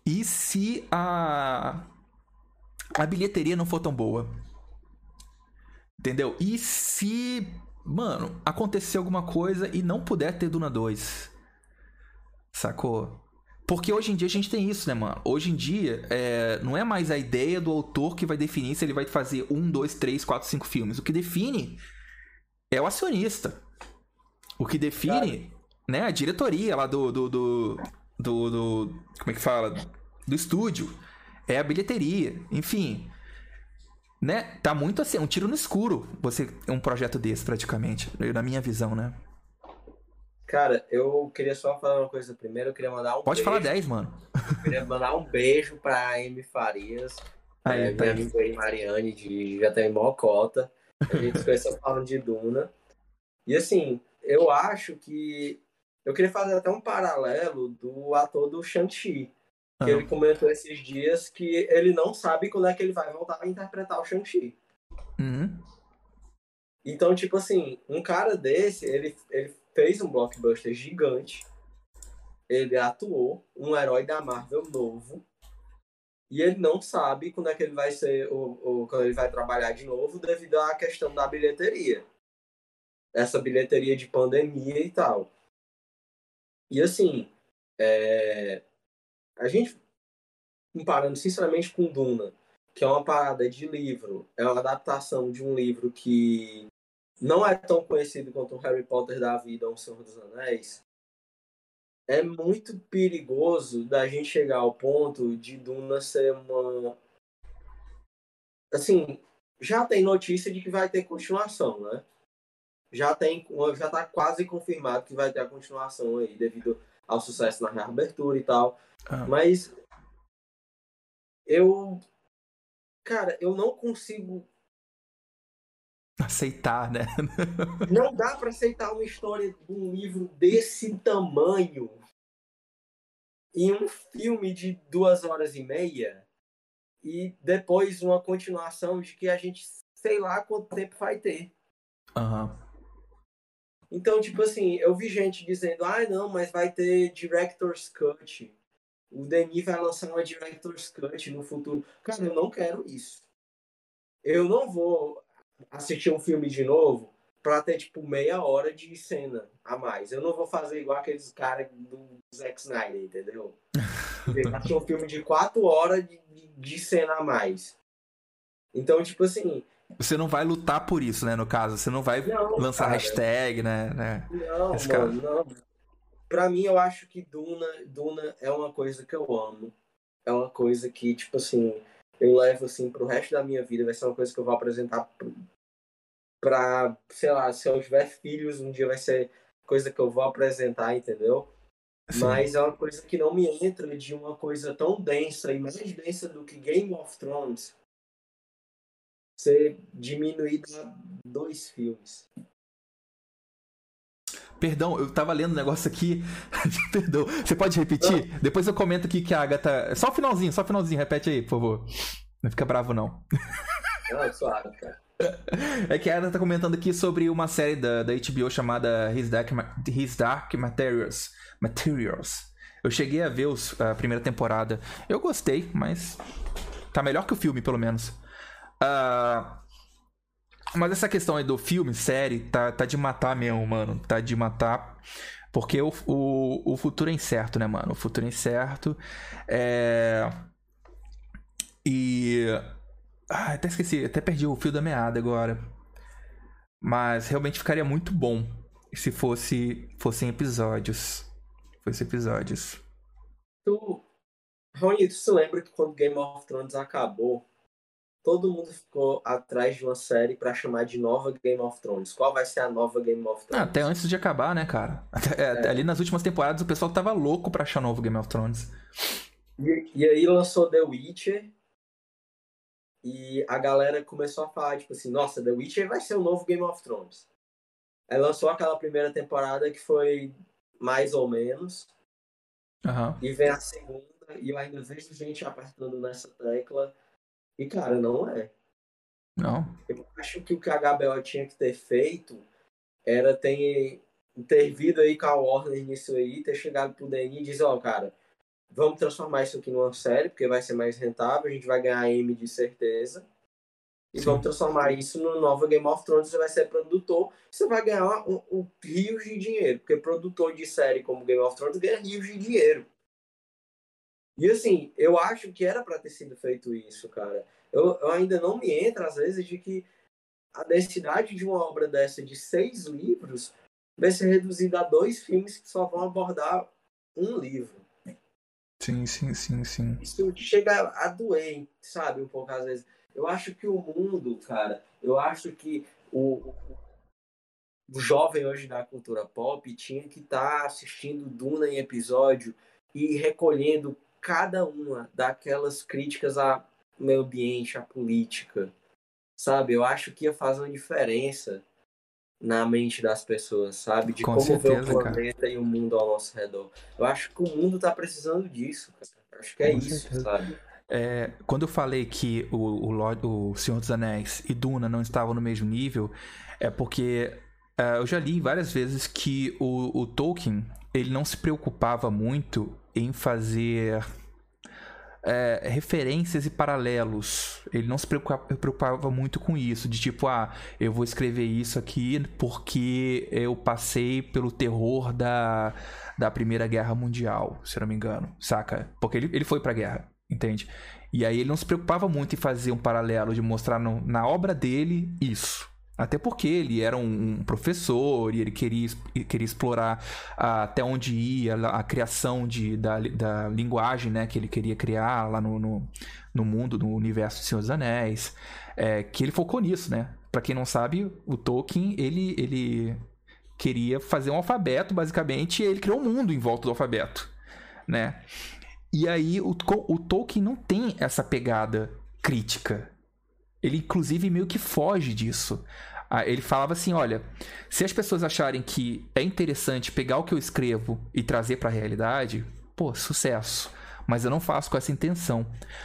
E se a, a bilheteria não for tão boa? Entendeu? E se, mano, acontecer alguma coisa e não puder ter Duna dois? Sacou? Porque hoje em dia a gente tem isso, né, mano? Hoje em dia, é, não é mais a ideia do autor que vai definir se ele vai fazer um, dois, três, quatro, cinco filmes. O que define é o acionista. O que define, cara, né, a diretoria lá do do, do, do, do. Como é que fala? Do estúdio. É a bilheteria. Enfim. Né? Tá muito assim, um tiro no escuro você um projeto desse, praticamente. Na minha visão, né? Cara, eu queria só falar uma coisa primeiro. Eu queria mandar um Pode beijo. falar dez, mano. Eu queria mandar um beijo pra Amy Farias, Aí, é, tá minha aí. amiga aí, Mariane, de já tem Mocota. A gente se conheceu falando de Duna. E assim, eu acho que. Eu queria fazer até um paralelo do ator do Shang-Chi. Que Ah. ele comentou esses dias que ele não sabe quando é que ele vai voltar a interpretar o Shang-Chi. Uhum. Então, tipo assim, um cara desse, ele, ele fez um blockbuster gigante. Ele atuou, um herói da Marvel novo. E ele não sabe quando é que ele vai ser, ou, ou quando ele vai trabalhar de novo, devido à questão da bilheteria. Essa bilheteria de pandemia e tal. E assim, é... a gente, comparando sinceramente com Duna, que é uma parada de livro, é uma adaptação de um livro que não é tão conhecido quanto o Harry Potter da vida ou o Senhor dos Anéis, é muito perigoso da gente chegar ao ponto de Duna ser uma... Assim, já tem notícia de que vai ter continuação, né? Já tem, já tá quase confirmado que vai ter a continuação aí, devido ao sucesso na reabertura e tal. Ah. Mas eu, cara, eu não consigo... Aceitar, né? Não dá para aceitar uma história de um livro desse tamanho em um filme de duas horas e meia e depois uma continuação de que a gente sei lá quanto tempo vai ter. Aham. Então, tipo assim, eu vi gente dizendo, ah, não, mas vai ter Director's Cut. O Denis vai lançar uma Director's Cut no futuro. Cara, eu não quero isso. Eu não vou assistir um filme de novo pra ter, tipo, meia hora de cena a mais. Eu não vou fazer igual aqueles caras do Zack Snyder, entendeu? Assistir um filme de quatro horas de, de cena a mais. Então, tipo assim... Você não vai lutar por isso, né, no caso. Você não vai não, lançar cara, hashtag, né? né? Não, Esse mano, caso. não. Pra mim, eu acho que Duna, Duna é uma coisa que eu amo. É uma coisa que, tipo assim, eu levo, assim, pro resto da minha vida. Vai ser uma coisa que eu vou apresentar pra, sei lá, se eu tiver filhos, um dia vai ser coisa que eu vou apresentar, entendeu? Sim. Mas é uma coisa que não me entra de uma coisa tão densa e mais densa do que Game of Thrones ser diminuída a dois filmes. Perdão, eu tava lendo um negócio aqui. Perdão. Você pode repetir? Não, Depois eu comento aqui que a Agatha. Só o finalzinho, só o finalzinho. Repete aí, por favor. Não fica bravo, não. não, suave, cara. É que a Agatha tá comentando aqui sobre uma série da, da H B O chamada His Dark, His Dark Materials. Materials. Eu cheguei a ver os, a primeira temporada. Eu gostei, mas tá melhor que o filme, pelo menos. Uh, mas essa questão aí do filme, série, tá, tá de matar mesmo, mano. Tá de matar. Porque o, o, o futuro é incerto, né, mano? O futuro é incerto. É... E... Ah, até esqueci. Até perdi o fio da meada agora. Mas realmente ficaria muito bom se fosse fossem episódios. Fosse episódios. Tu, Rony, tu se lembra que quando Game of Thrones acabou, todo mundo ficou atrás de uma série pra chamar de nova Game of Thrones. Qual vai ser a nova Game of Ah, até Thrones? antes de acabar, né, cara? Até, até ali É. nas últimas temporadas o pessoal tava louco pra achar novo Game of Thrones. E, e aí lançou The Witcher e a galera começou a falar, tipo assim, nossa, The Witcher vai ser o novo Game of Thrones. Aí lançou aquela primeira temporada que foi mais ou menos, Aham. e vem a segunda, e eu ainda vejo gente apertando nessa tecla, e cara, não é. Não. Eu acho que o que a H B O tinha que ter feito era ter, ter vindo aí com a Warner nisso aí, ter chegado pro D N e dizer, ó, oh, cara, vamos transformar isso aqui numa série, porque vai ser mais rentável, a gente vai ganhar M de certeza. E Sim. vamos transformar isso no novo Game of Thrones, você vai ser produtor, você vai ganhar um, um, rios de dinheiro, porque produtor de série como Game of Thrones ganha rios de dinheiro. E assim, eu acho que era para ter sido feito isso, cara. Eu, eu ainda não me entra, às vezes, de que a densidade de uma obra dessa de seis livros vai ser reduzida a dois filmes que só vão abordar um livro. Sim, sim, sim, sim. Isso chega a doer, sabe, um pouco às vezes. Eu acho que o mundo, cara, eu acho que o, o jovem hoje da cultura pop tinha que estar tá assistindo Duna em episódio e recolhendo cada uma daquelas críticas ao meio ambiente, à política, sabe? Eu acho que ia fazer uma diferença na mente das pessoas, sabe? De Com como certeza, ver o planeta cara. e o mundo ao nosso redor. Eu acho que o mundo tá precisando disso, cara. Eu acho que é Com isso, certeza. sabe? É, quando eu falei que o, o, Lord, o Senhor dos Anéis e Duna não estavam no mesmo nível, é porque uh, eu já li várias vezes que o, o Tolkien ele não se preocupava muito em fazer é, referências e paralelos. Ele não se preocupava, preocupava muito com isso, de tipo, ah, eu vou escrever isso aqui porque eu passei pelo terror da, da Primeira Guerra Mundial, se eu não me engano, saca? Porque ele, ele foi pra guerra, entende? E aí ele não se preocupava muito em fazer um paralelo, de mostrar no, na obra dele isso. Até porque ele era um, um professor e ele queria, queria explorar ah, até onde ia a criação de, da, da linguagem, né, que ele queria criar lá no, no, no mundo, no universo de Senhor dos Anéis. É, que ele focou nisso, né? Pra quem não sabe, o Tolkien, ele, ele queria fazer um alfabeto, basicamente, e ele criou um mundo em volta do alfabeto, né? E aí o, o Tolkien não tem essa pegada crítica. Ele, inclusive, meio que foge disso. Ele falava assim, olha, se as pessoas acharem que é interessante pegar o que eu escrevo e trazer para a realidade, pô, sucesso. Mas eu não faço com essa intenção.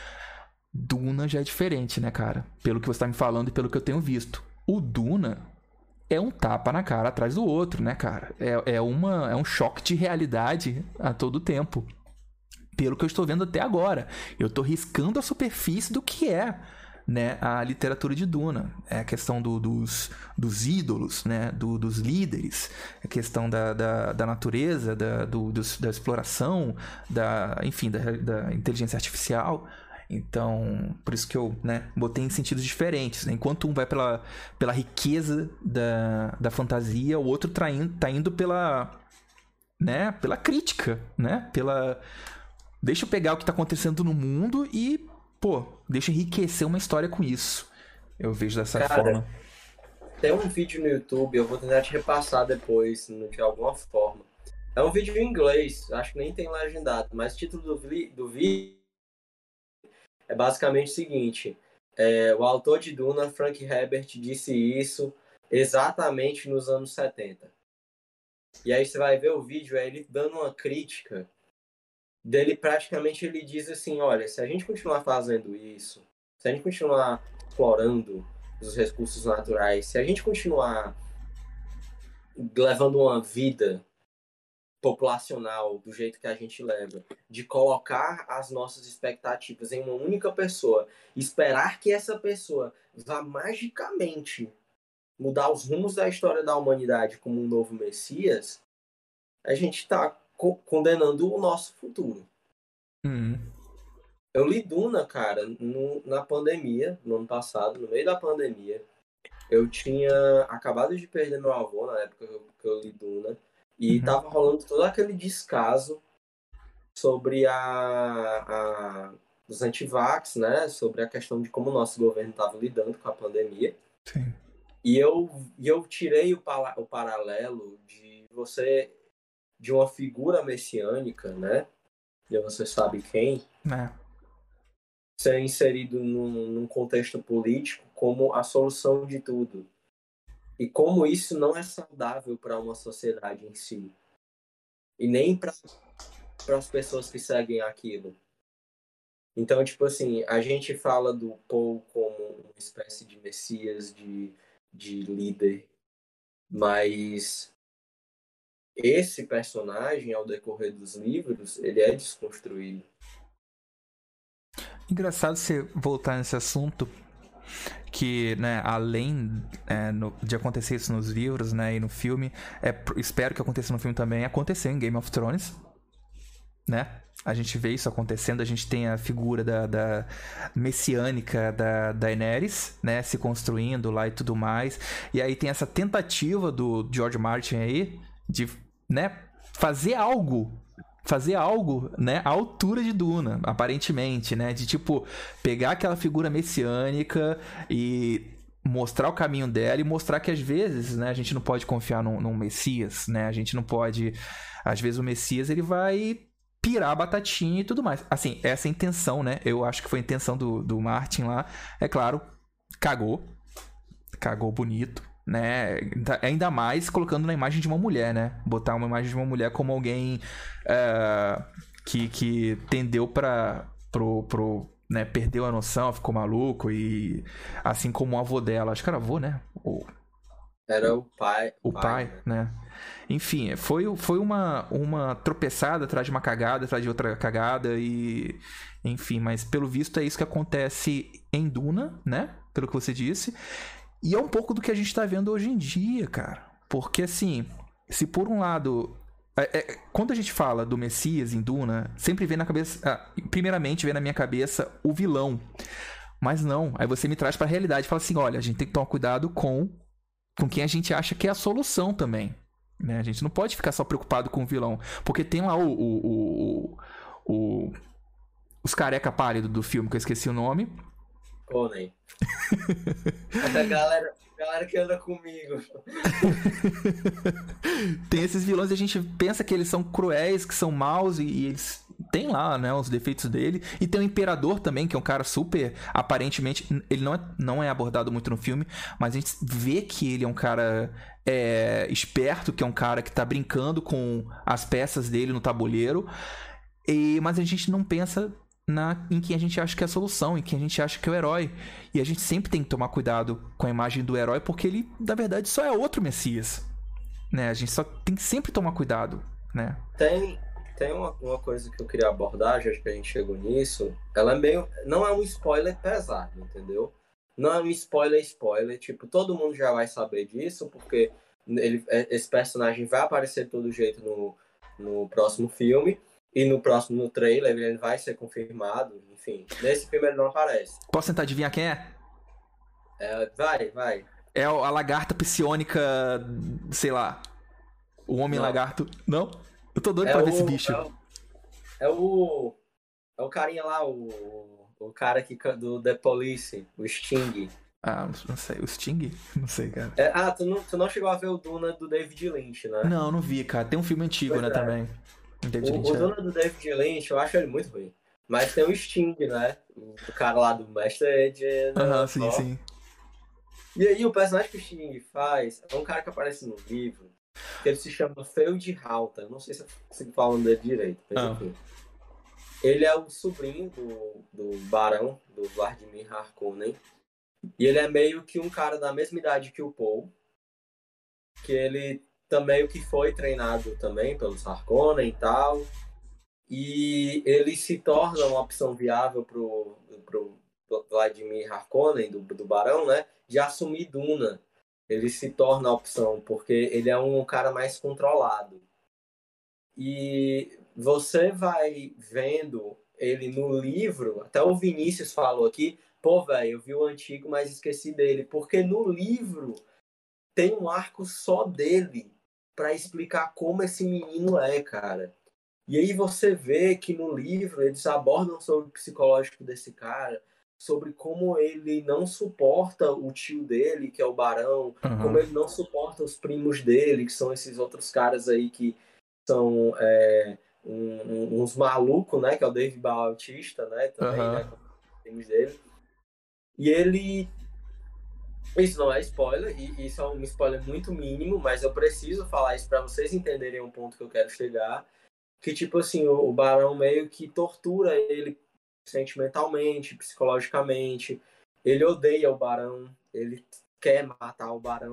Duna já é diferente, né, cara? Pelo que você tá me falando e pelo que eu tenho visto. O Duna é um tapa na cara atrás do outro, né, cara? É, é, uma, é um choque de realidade a todo tempo. Pelo que eu estou vendo até agora. Eu estou riscando a superfície do que é, né, a literatura de Duna. É a questão do, dos, dos ídolos, né, do, dos líderes, a questão da, da, da natureza, da, do, dos, da exploração, da, enfim, da, da inteligência artificial. Então, por isso que eu, né, botei em sentidos diferentes. Né? Enquanto um vai pela, pela riqueza da, da fantasia, o outro tá indo, tá indo pela, né, pela crítica, né, pela... Deixa eu pegar o que tá acontecendo no mundo e, pô, deixa eu enriquecer uma história com isso. Eu vejo dessa Cara, forma. Tem um vídeo no YouTube, eu vou tentar te repassar depois, de alguma forma. É um vídeo em inglês, acho que nem tem legendado, mas o título do, vi do vídeo é basicamente o seguinte. É, o autor de Duna, Frank Herbert, disse isso exatamente nos anos setenta. E aí você vai ver o vídeo, é ele dando uma crítica dele, praticamente ele diz assim, olha, se a gente continuar fazendo isso, se a gente continuar explorando os recursos naturais, se a gente continuar levando uma vida populacional do jeito que a gente leva, de colocar as nossas expectativas em uma única pessoa, esperar que essa pessoa vá magicamente mudar os rumos da história da humanidade como um novo Messias, a gente está co condenando o nosso futuro. Uhum. Eu li Duna, cara, no, na pandemia, no ano passado, no meio da pandemia. Eu tinha acabado de perder meu avô na época que eu, que eu li Duna. E Uhum. tava rolando todo aquele descaso sobre a, a, os antivax, né? Sobre a questão de como o nosso governo estava lidando com a pandemia. Sim. E eu, e eu tirei o, o paralelo de você, de uma figura messiânica, né? E você sabe quem, É. ser inserido num, num contexto político como a solução de tudo. E como isso não é saudável para uma sociedade em si. E nem para as pessoas que seguem aquilo. Então, tipo assim, a gente fala do Paul como uma espécie de messias, de, de líder, mas esse personagem, ao decorrer dos livros, ele é desconstruído. Engraçado você voltar nesse assunto, que, né, além é, no, de acontecer isso nos livros, né, e no filme, é, espero que aconteça no filme também, aconteceu em Game of Thrones, né? A gente vê isso acontecendo, a gente tem a figura da, da messiânica da Daenerys, né, se construindo lá e tudo mais, e aí tem essa tentativa do George Martin aí de, né, fazer algo fazer algo, né, à altura de Duna, aparentemente, né, de tipo pegar aquela figura messiânica e mostrar o caminho dela e mostrar que às vezes, né, a gente não pode confiar num, num Messias, né, a gente não pode, às vezes o Messias ele vai pirar a batatinha e tudo mais. Assim, essa é a intenção, né, eu acho que foi a intenção do, do Martin lá, é claro, cagou, cagou bonito, né? Ainda mais colocando na imagem de uma mulher, né? Botar uma imagem de uma mulher como alguém uh, que, que tendeu para pro, pro, né? Perdeu a noção, ficou maluco e assim como o avô dela, acho que era avô, né? O, era o pai. O pai, pai né? né? Enfim, foi, foi uma, uma tropeçada atrás de uma cagada, atrás de outra cagada e... Enfim, mas pelo visto é isso que acontece em Duna, né? Pelo que você disse. E é um pouco do que a gente tá vendo hoje em dia, cara. Porque, assim, se por um lado... É, é, quando a gente fala do Messias em Duna, sempre vem na cabeça... Ah, primeiramente vem na minha cabeça o vilão. Mas não. Aí você me traz pra realidade e fala assim, olha, a gente tem que tomar cuidado com, com quem a gente acha que é a solução também. Né? A gente não pode ficar só preocupado com o vilão. Porque tem lá o... o, o, o os careca pálido do filme, que eu esqueci o nome. Conan. Essa galera, galera que anda comigo. Tem esses vilões e a gente pensa que eles são cruéis, que são maus e, e eles têm lá, né, os defeitos dele. E tem o Imperador também, que é um cara super, aparentemente, ele não é, não é abordado muito no filme, mas a gente vê que ele é um cara é, esperto, que é um cara que tá brincando com as peças dele no tabuleiro. E, mas a gente não pensa na, em quem a gente acha que é a solução, em quem a gente acha que é o herói. E a gente sempre tem que tomar cuidado com a imagem do herói, porque ele, na verdade, só é outro Messias. Né? A gente só tem que sempre tomar cuidado, né? Tem, tem uma, uma coisa que eu queria abordar, já que a gente chegou nisso. Ela é meio... Não é um spoiler pesado, entendeu? Não é um spoiler spoiler. Tipo, todo mundo já vai saber disso, porque ele, esse personagem vai aparecer de todo jeito no, no próximo filme. E no próximo, no trailer, ele vai ser confirmado. Enfim, nesse filme ele não aparece. Posso tentar adivinhar quem é? É, vai, vai. É a lagarta psionica, sei lá, o Homem-Lagarto. Não? Eu tô doido é pra o, ver esse bicho. É o, é o... É o carinha lá, o... O cara que, do The Police, o Sting. Ah, não sei. O Sting? Não sei, cara. É, ah, tu não, tu não chegou a ver o Duna do David Lynch, né? Não, não vi, cara. Tem um filme antigo, pois né, é. também. O, o Duna do David Lynch, eu acho ele muito ruim. Mas tem o Sting, né? O cara lá do Mestre Ed. Aham, sim, ó. sim. E aí, o personagem que o Sting faz é um cara que aparece no livro, que ele se chama Feud Halta. Não sei se eu consigo falar dele direito, mas ah. enfim. Ele é o sobrinho do, do barão, do Vladimir Harkonnen. E ele é meio que um cara da mesma idade que o Paul, que ele também o que foi treinado também pelos Harkonnen e tal. E ele se torna uma opção viável pro, pro Vladimir Harkonnen, do, do barão, né? De assumir Duna. Ele se torna a opção, porque ele é um cara mais controlado. E você vai vendo ele no livro, até o Vinícius falou aqui, pô, velho, eu vi o antigo, mas esqueci dele. Porque no livro tem um arco só dele para explicar como esse menino é, cara. E aí você vê que no livro eles abordam sobre o psicológico desse cara, sobre como ele não suporta o tio dele, que é o barão, uhum. como ele não suporta os primos dele, que são esses outros caras aí que são é, um, uns malucos, né? Que é o Dave Bautista, né? Também, uhum. né? Com os primos dele. E ele... Isso não é spoiler, e isso é um spoiler muito mínimo, mas eu preciso falar isso para vocês entenderem um ponto que eu quero chegar. Que, tipo assim, o, o barão meio que tortura ele sentimentalmente, psicologicamente. Ele odeia o barão, ele quer matar o barão,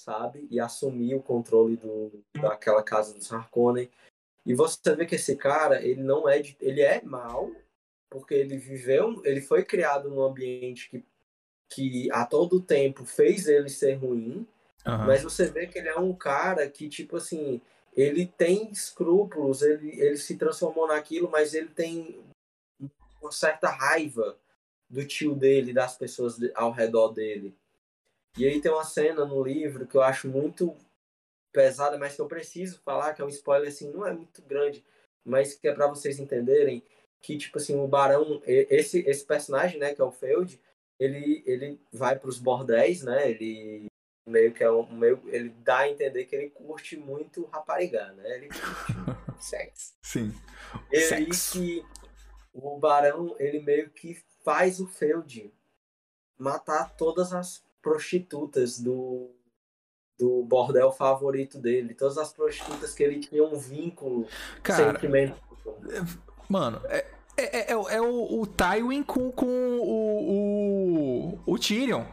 sabe? E assumir o controle do, daquela casa dos Harkonnen. E você vê que esse cara, ele não é... De, ele é mau, porque ele viveu... Ele foi criado num ambiente que, que a todo tempo fez ele ser ruim. Uhum. Mas você vê que ele é um cara que, tipo assim... Ele tem escrúpulos, ele, ele se transformou naquilo, mas ele tem uma certa raiva do tio dele, das pessoas ao redor dele. E aí tem uma cena no livro que eu acho muito pesada, mas que eu preciso falar, que é um spoiler, assim, não é muito grande, mas que é pra vocês entenderem que, tipo assim, o Barão, esse, esse personagem, né, que é o Feld, ele, ele vai pros bordéis, né, ele meio que é um meio, ele dá a entender que ele curte muito raparigar, né, ele curte sexo. Sim. E aí que o Barão, ele meio que faz o Feld matar todas as prostitutas do, do bordel favorito dele. Todas as prostitutas que ele tinha um vínculo sentimental. Mano, é, é, é, é o, o Tywin com, com o, o, o Tyrion.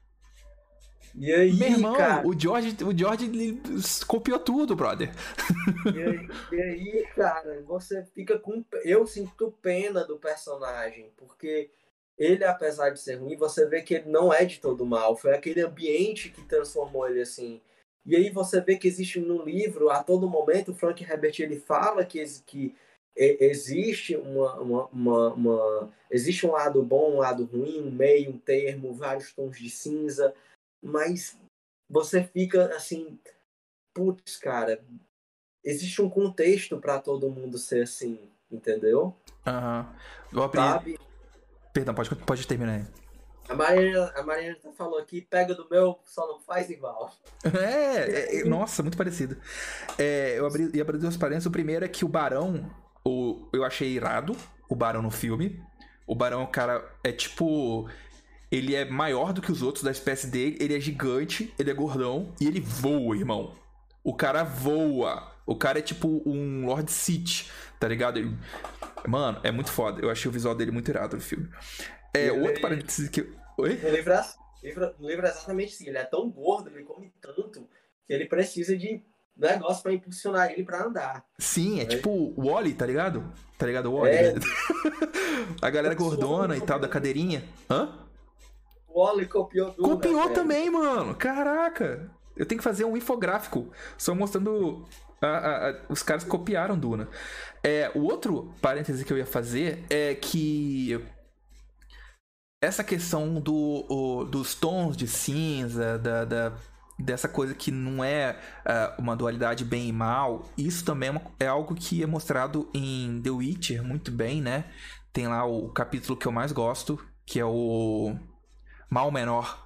E aí, meu irmão, cara, o George, o George copiou tudo, brother. E aí, e aí, cara, você fica com... Eu sinto pena do personagem, porque ele, apesar de ser ruim, você vê que ele não é de todo mal. Foi aquele ambiente que transformou ele assim. E aí você vê que existe no livro, a todo momento, o Frank Herbert, ele fala que, que existe uma, uma, uma, uma... Existe um lado bom, um lado ruim, um meio, um termo, vários tons de cinza. Mas você fica assim... Putz, cara... Existe um contexto para todo mundo ser assim, entendeu? Aham. Uhum. Abri... Sabe? Perdão, pode, pode terminar aí. A Mariana, a Mariana falou aqui, pega do meu, só não faz igual. É, é nossa, muito parecido. É, eu abri, ia abrir duas parênteses. O primeiro é que o Barão, o, eu achei irado, o Barão no filme. O Barão, o cara, é tipo... Ele é maior do que os outros da espécie dele, ele é gigante, ele é gordão e ele voa, irmão. O cara voa. O cara é tipo um Lord Sith, tá ligado? Ele... Mano, é muito foda. Eu achei o visual dele muito irado no filme. É, ele, outro parênteses que... Oi? No livro, no livro é exatamente assim. Ele é tão gordo, ele come tanto, que ele precisa de negócio pra impulsionar ele pra andar. Sim, é, é tipo o Wall-E, tá ligado? Tá ligado o Wall-E? É. A galera gordona e tal, da cadeirinha. Hã? O Wall-E copiou tudo. Copiou também, mano. Caraca. Eu tenho que fazer um infográfico só mostrando... A, a, a, os caras copiaram Duna. É, o outro parêntese que eu ia fazer é que essa questão do, o, dos tons de cinza, da, da, dessa coisa que não é uh, uma dualidade bem e mal, isso também é, uma, é algo que é mostrado em The Witcher muito bem, né? Tem lá o capítulo que eu mais gosto, que é o Mal Menor.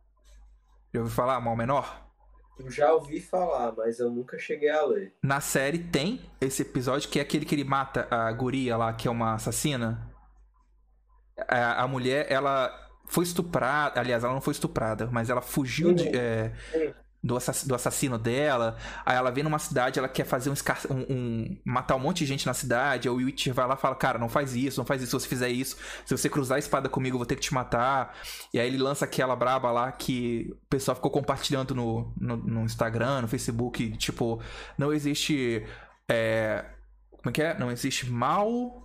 Já ouviu falar Mal Menor? Eu já ouvi falar, mas eu nunca cheguei a ler. Na série tem esse episódio que é aquele que ele mata a guria lá, que é uma assassina. A, a mulher, ela foi estuprada. Aliás, ela não foi estuprada, mas ela fugiu Sim, de, é, sim. do, assass, do assassino dela. Aí ela vem numa cidade, ela quer fazer um, um, um matar um monte de gente na cidade. Aí o Witcher vai lá e fala: cara, não faz isso, não faz isso. Se você fizer isso, se você cruzar a espada comigo, eu vou ter que te matar. E aí ele lança aquela braba lá que o pessoal ficou compartilhando no, no, no Instagram, no Facebook. Tipo, não existe. É, como é que é? Não existe mal.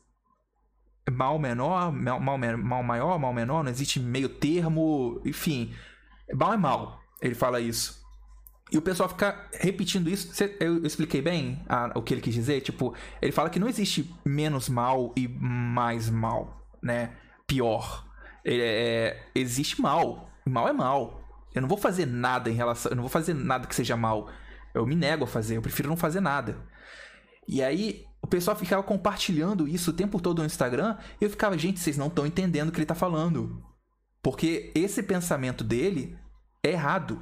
Mal menor, mal, mal, mal maior, mal menor, não existe meio termo, enfim. Mal é mal, ele fala isso. E o pessoal fica repetindo isso. Eu expliquei bem a, o que ele quis dizer? Tipo, ele fala que não existe menos mal e mais mal, né? Pior. Ele é, existe mal. Mal é mal. Eu não vou fazer nada em relação... Eu não vou fazer nada que seja mal. Eu me nego a fazer. Eu prefiro não fazer nada. E aí... O pessoal ficava compartilhando isso o tempo todo no Instagram e eu ficava, gente, vocês não estão entendendo o que ele tá falando. Porque esse pensamento dele é errado.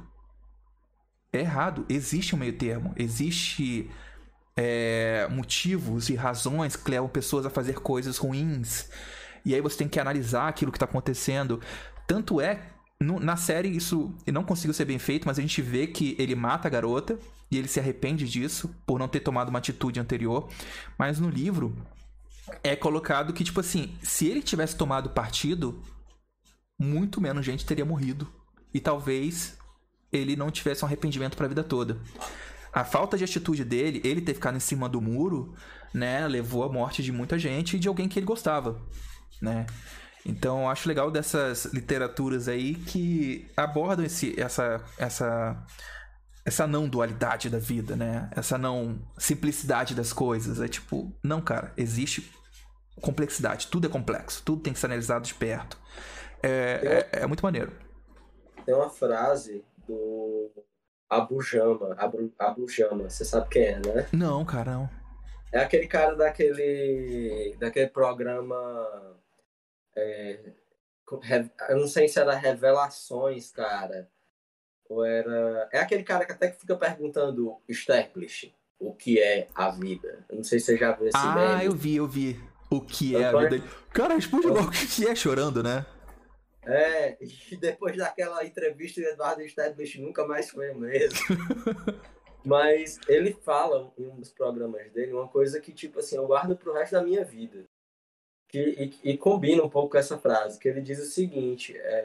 É errado. Existe um meio termo. Existe é, motivos e razões que levam pessoas a fazer coisas ruins. E aí você tem que analisar aquilo que tá acontecendo. Tanto é, no, na série isso não conseguiu ser bem feito, mas a gente vê que ele mata a garota. E ele se arrepende disso, por não ter tomado uma atitude anterior. Mas no livro, é colocado que, tipo assim, se ele tivesse tomado partido, muito menos gente teria morrido. E talvez ele não tivesse um arrependimento pra vida toda. A falta de atitude dele, ele ter ficado em cima do muro, né, levou à morte de muita gente e de alguém que ele gostava, né? Então, eu acho legal dessas literaturas aí que abordam esse, essa, essa, essa não dualidade da vida, né? Essa não simplicidade das coisas. É tipo, não, cara, existe complexidade. Tudo é complexo. Tudo tem que ser analisado de perto. É, é, é muito maneiro. Tem uma frase do Abu Jama. Abu, Abu Jama, você sabe quem é, né? Não, cara, não. É aquele cara daquele, daquele programa... É, eu não sei se era Revelações, cara. Ou era... É aquele cara que até que fica perguntando Establish, o que é a vida. Eu não sei se você já viu esse Ah, meme. eu vi, eu vi. O que é Antônio... a vida? Cara, responde logo o que é, chorando, né? É, e depois daquela entrevista, o Eduardo Establish nunca mais foi o mesmo. Mas ele fala em um dos programas dele uma coisa que, tipo assim, eu guardo pro resto da minha vida. Que, e, e combina um pouco com essa frase, que ele diz o seguinte, é,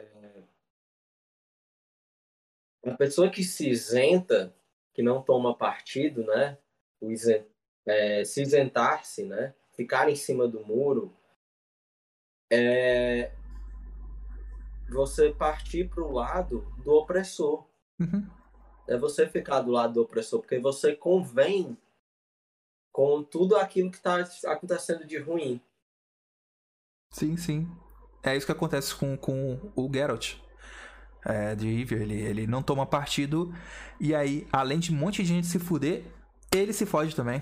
a pessoa que se isenta, que não toma partido, né, o isen, é, se isentar-se, né, ficar em cima do muro, é você partir para o lado do opressor. Uhum. É você ficar do lado do opressor, porque você convém com tudo aquilo que está acontecendo de ruim. Sim, sim. É isso que acontece com, com o Geralt. É, de Rivia, ele, ele não toma partido. E aí, além de um monte de gente se fuder, ele se fode também.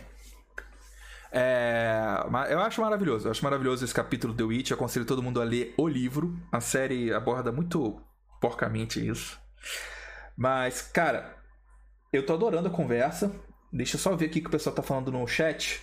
É, eu acho maravilhoso. Eu acho maravilhoso esse capítulo do The Witch. Eu aconselho todo mundo a ler o livro. A série aborda muito porcamente isso. Mas, cara, eu tô adorando a conversa. Deixa eu só ver o que o pessoal tá falando no chat.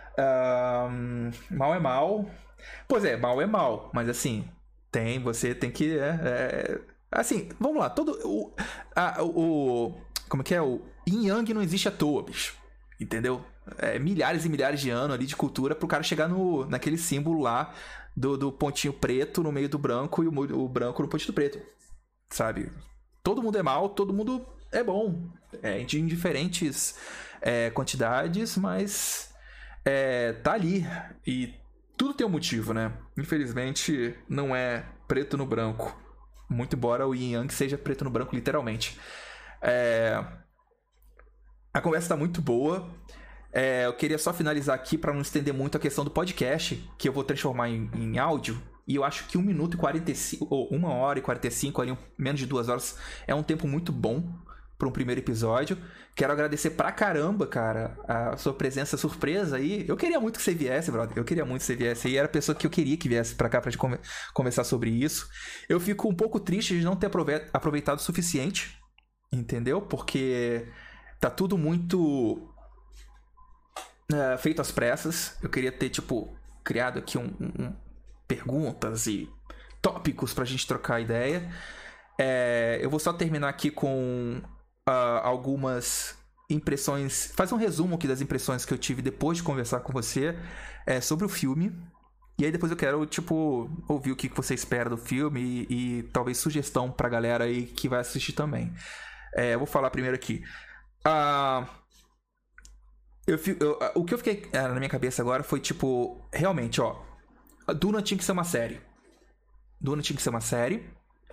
Um, mal é mal. Pois é, mal é mal. Mas assim, tem, você tem que. É, é, assim, vamos lá. Todo. O, a, o. Como é que é? O Yin Yang não existe à toa, bicho. Entendeu? É, milhares e milhares de anos ali de cultura pro cara chegar no, naquele símbolo lá do, do pontinho preto no meio do branco e o, o branco no pontinho preto. Sabe? Todo mundo é mal, todo mundo é bom. É, de diferentes é, quantidades, mas é, tá ali. E tudo tem um motivo, né? Infelizmente, não é preto no branco. Muito embora o Yin Yang seja preto no branco, literalmente. É... A conversa tá muito boa. É, eu queria só finalizar aqui para não estender muito a questão do podcast, que eu vou transformar em, em áudio. E eu acho que um minuto e quarenta e cinco, ou uma hora e quarenta e cinco, ali, menos de duas horas, é um tempo muito bom para um primeiro episódio. Quero agradecer pra caramba, cara, a sua presença surpresa aí. Eu queria muito que você viesse, brother. Eu queria muito que você viesse aí. Era a pessoa que eu queria que viesse pra cá pra gente come- conversar sobre isso. Eu fico um pouco triste de não ter aprove- aproveitado o suficiente, entendeu? Porque tá tudo muito uh, feito às pressas. Eu queria ter, tipo, criado aqui um, um, um perguntas e tópicos pra gente trocar ideia. É, eu vou só terminar aqui com uh, algumas impressões, fazer um resumo aqui das impressões que eu tive depois de conversar com você é, sobre o filme. E aí depois eu quero, tipo, ouvir o que você espera do filme e, e talvez sugestão pra galera aí que vai assistir também. É, eu vou falar primeiro aqui. Uh, eu, eu, o que eu fiquei na minha cabeça agora foi, tipo, realmente, ó, Duna tinha que ser uma série. Duna tinha que ser uma série.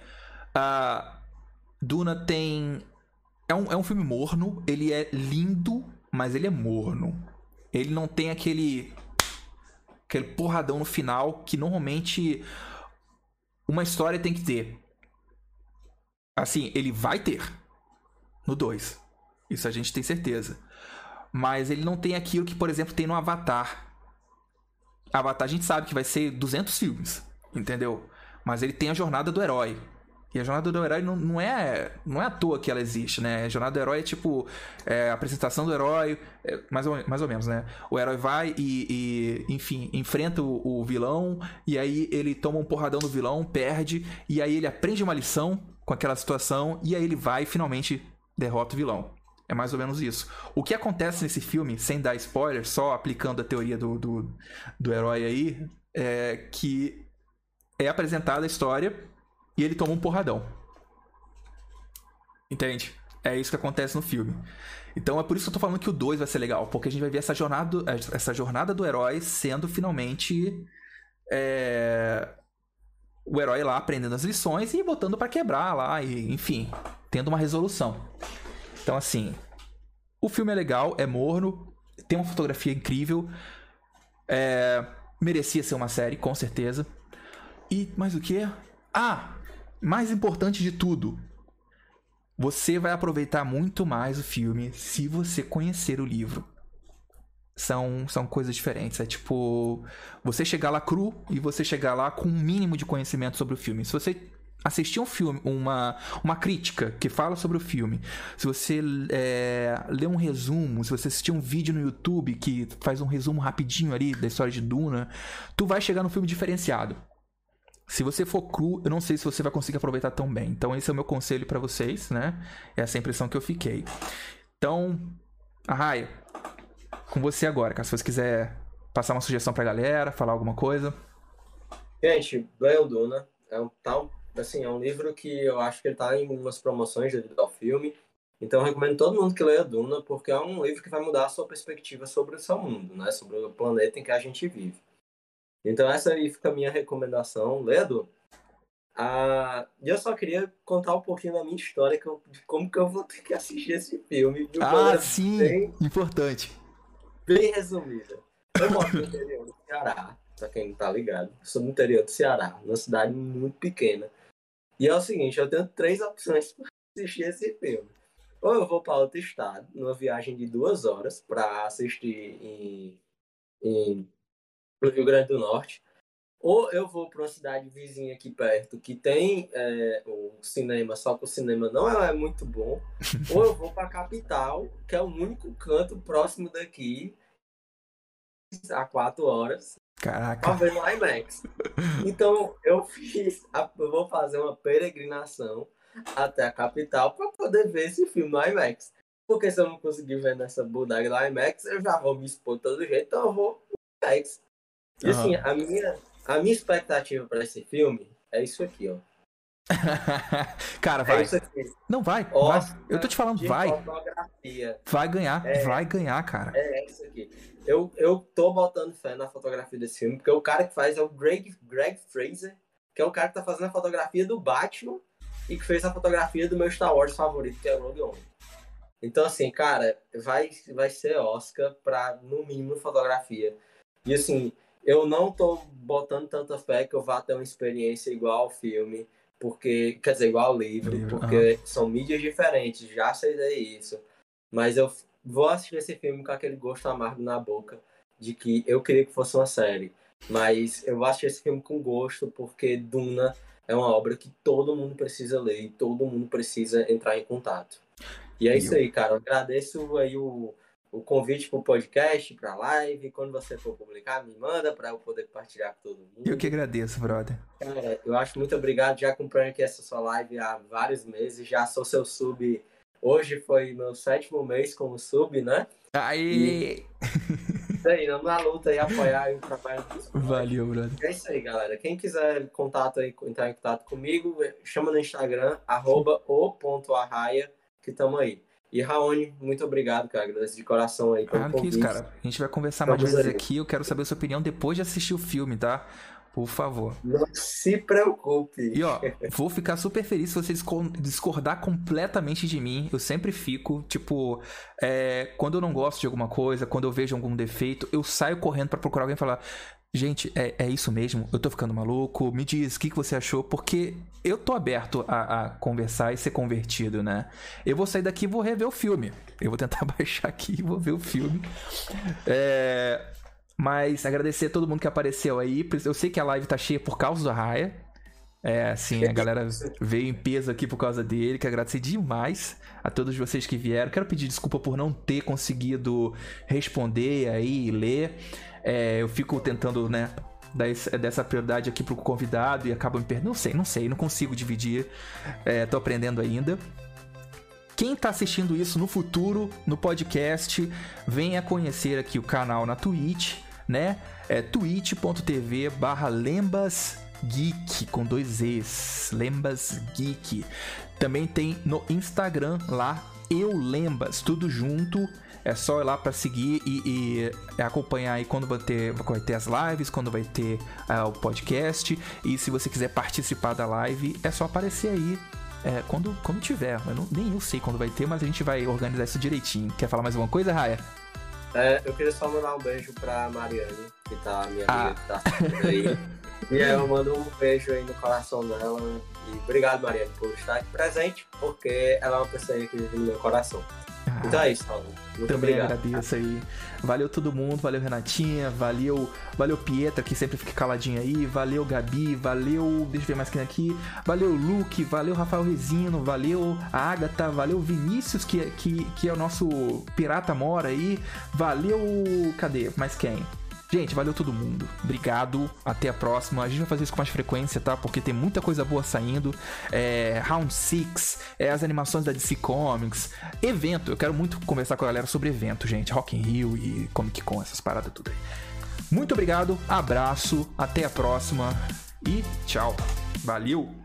Uh, Duna tem... É um, é um filme morno. Ele é lindo, mas ele é morno. Ele não tem aquele... Aquele porradão no final que normalmente uma história tem que ter. Assim, ele vai ter no dois. Isso a gente tem certeza. Mas ele não tem aquilo que, por exemplo, tem no Avatar. Avatar a gente sabe que vai ser duzentos filmes, entendeu? Mas ele tem a jornada do herói. E a jornada do herói não, não, é, não é à toa que ela existe, né? A jornada do herói é tipo é, a apresentação do herói, é, mais, ou, mais ou menos, né? O herói vai e, e enfim, enfrenta o, o vilão, e aí ele toma um porradão do vilão, perde, e aí ele aprende uma lição com aquela situação, e aí ele vai e finalmente derrota o vilão. É mais ou menos isso. O que acontece nesse filme, sem dar spoiler, só aplicando a teoria do, do, do herói aí, é que é apresentada a história e ele toma um porradão. Entende? É isso que acontece no filme. Então é por isso que eu tô falando que o dois vai ser legal, porque a gente vai ver essa jornada, essa jornada do herói sendo finalmente é, o herói lá aprendendo as lições e botando pra quebrar lá, e, enfim, tendo uma resolução. Então assim, o filme é legal, é morno, tem uma fotografia incrível, é, merecia ser uma série, com certeza. E mais o que? Ah, mais importante de tudo, você vai aproveitar muito mais o filme se você conhecer o livro. São, são coisas diferentes. É tipo, você chegar lá cru e você chegar lá com um mínimo de conhecimento sobre o filme. Se você assistir um filme, uma, uma crítica que fala sobre o filme, se você é, ler um resumo, se você assistir um vídeo no YouTube que faz um resumo rapidinho ali da história de Duna, tu vai chegar no filme diferenciado. Se você for cru, eu não sei se você vai conseguir aproveitar tão bem. Então esse é o meu conselho pra vocês, né? Essa é a impressão que eu fiquei. Então, Arraia, com você agora, cara. Se você quiser passar uma sugestão pra galera, falar alguma coisa. Gente, leiam Duna. É um tal, assim, é um livro que eu acho que ele tá em umas promoções devido ao filme. Então eu recomendo todo mundo que leia Duna, porque é um livro que vai mudar a sua perspectiva sobre o seu mundo, né? Sobre o planeta em que a gente vive. Então essa aí fica a minha recomendação, leia Duna. Ah, eu só queria contar um pouquinho da minha história, que eu, de como que eu vou ter que assistir esse filme. De uma Ah, sim! Bem, importante. Bem resumida. Eu moro no interior do Ceará, pra quem não tá ligado. Eu sou no interior do Ceará, numa cidade muito pequena. E é o seguinte, eu tenho três opções para assistir esse filme. Ou eu vou para outro estado, numa viagem de duas horas, para assistir em, em, no Rio Grande do Norte. Ou eu vou para uma cidade vizinha aqui perto, que tem é, um cinema, só que o cinema não é muito bom. Ou eu vou para a capital, que é o único canto próximo daqui, a quatro horas. Caraca. Pra ver no IMAX. Então eu fiz, a, eu vou fazer uma peregrinação até a capital para poder ver esse filme no IMAX. Porque se eu não conseguir ver nessa bodega do IMAX, eu já vou me expor de todo jeito, então eu vou no IMAX. E assim, uhum. a, minha, a minha expectativa para esse filme é isso aqui, ó. Cara, vai. É isso aqui. Não, vai, Oscar vai. Eu tô te falando, vai. Fotografia. Vai ganhar, é, vai ganhar, cara. É isso aqui. Eu, eu tô botando fé na fotografia desse filme, porque o cara que faz é o Greg, Greg Fraser, que é o cara que tá fazendo a fotografia do Batman e que fez a fotografia do meu Star Wars favorito, que é o Rogue One. Então, assim, cara, vai, vai ser Oscar pra, no mínimo, fotografia. E, assim, eu não tô botando tanta fé que eu vá ter uma experiência igual ao filme, porque, quer dizer, igual ao livro, livro porque uhum. são mídias diferentes, já sei isso. Mas eu vou assistir esse filme com aquele gosto amargo na boca de que eu queria que fosse uma série. Mas eu vou assistir esse filme com gosto porque Duna é uma obra que todo mundo precisa ler e todo mundo precisa entrar em contato. E é isso aí, cara. Eu agradeço aí o, o convite para o podcast, para a live. Quando você for publicar, me manda para eu poder compartilhar com todo mundo. Eu que agradeço, brother. Cara, eu acho muito obrigado. Já acompanho aqui essa sua live há vários meses. Já sou seu sub. Hoje foi meu sétimo mês como sub, né? Aí! E... Isso aí, vamos na luta aí, apoiar o trabalho dos Valeu, brother. É isso aí, galera. Quem quiser contato aí, entrar em contato comigo, chama no Instagram, arroba o.arraia, que tamo aí. E Raoni, muito obrigado, cara. Agradeço de coração aí pelo convite. Ah, que isso, cara. A gente vai conversar mais vezes aqui. Eu quero saber a sua opinião depois de assistir o filme, tá? Por favor. Não se preocupe. E ó, vou ficar super feliz se você discordar completamente de mim. Eu sempre fico, tipo, é, quando eu não gosto de alguma coisa, quando eu vejo algum defeito, eu saio correndo pra procurar alguém e falar: gente, é, é isso mesmo? Eu tô ficando maluco? Me diz, o que, que você achou? Porque eu tô aberto a, a conversar e ser convertido, né? Eu vou sair daqui e vou rever o filme. Eu vou tentar baixar aqui e vou ver o filme. É... Mas agradecer a todo mundo que apareceu aí. Eu sei que a live tá cheia por causa do Arraia. É, assim, a galera veio em peso aqui por causa dele. Quero agradecer demais a todos vocês que vieram. Quero pedir desculpa por não ter conseguido responder aí e ler. É, eu fico tentando, né, dar esse, dessa prioridade aqui pro convidado e acabo me perdendo. Não sei, não sei, não consigo dividir. É, tô aprendendo ainda. Quem tá assistindo isso no futuro, no podcast, venha conhecer aqui o canal na Twitch, né? É twitch ponto tv barra lembas Geek, com dois E's, Lembas Geek. Também tem no Instagram lá, Eu Lembas, tudo junto. É só ir lá pra seguir e, e acompanhar aí quando vai ter, vai ter as lives, quando vai ter uh, o podcast. E se você quiser participar da live, é só aparecer aí é, quando, quando tiver. Eu não, nem eu sei quando vai ter, mas a gente vai organizar isso direitinho. Quer falar mais alguma coisa, Raya? É, eu queria só mandar um beijo pra Mariane, que tá, minha ah. amiga, que tá assistindo aí. E aí eu mando um beijo aí no coração dela. E obrigado, Mariane, por estar aqui presente, porque ela é uma pessoa que vive no meu coração. Ah, então é isso, Paulo. Muito também obrigado. agradeço aí. Valeu todo mundo, valeu Renatinha, valeu, valeu Pietra, que sempre fica caladinha aí, valeu Gabi, valeu, deixa eu ver mais quem aqui, valeu Luke, valeu Rafael Resino, valeu a Agatha, valeu Vinícius, que, que, que é o nosso pirata mora aí, valeu, cadê, mais quem? Gente, valeu todo mundo. Obrigado. Até a próxima. A gente vai fazer isso com mais frequência, tá? Porque tem muita coisa boa saindo. É, Round seis, é, as animações da D C Comics, evento. Eu quero muito conversar com a galera sobre evento, gente. Rock in Rio e Comic Con, essas paradas tudo aí. Muito obrigado. Abraço. Até a próxima. E tchau. Valeu.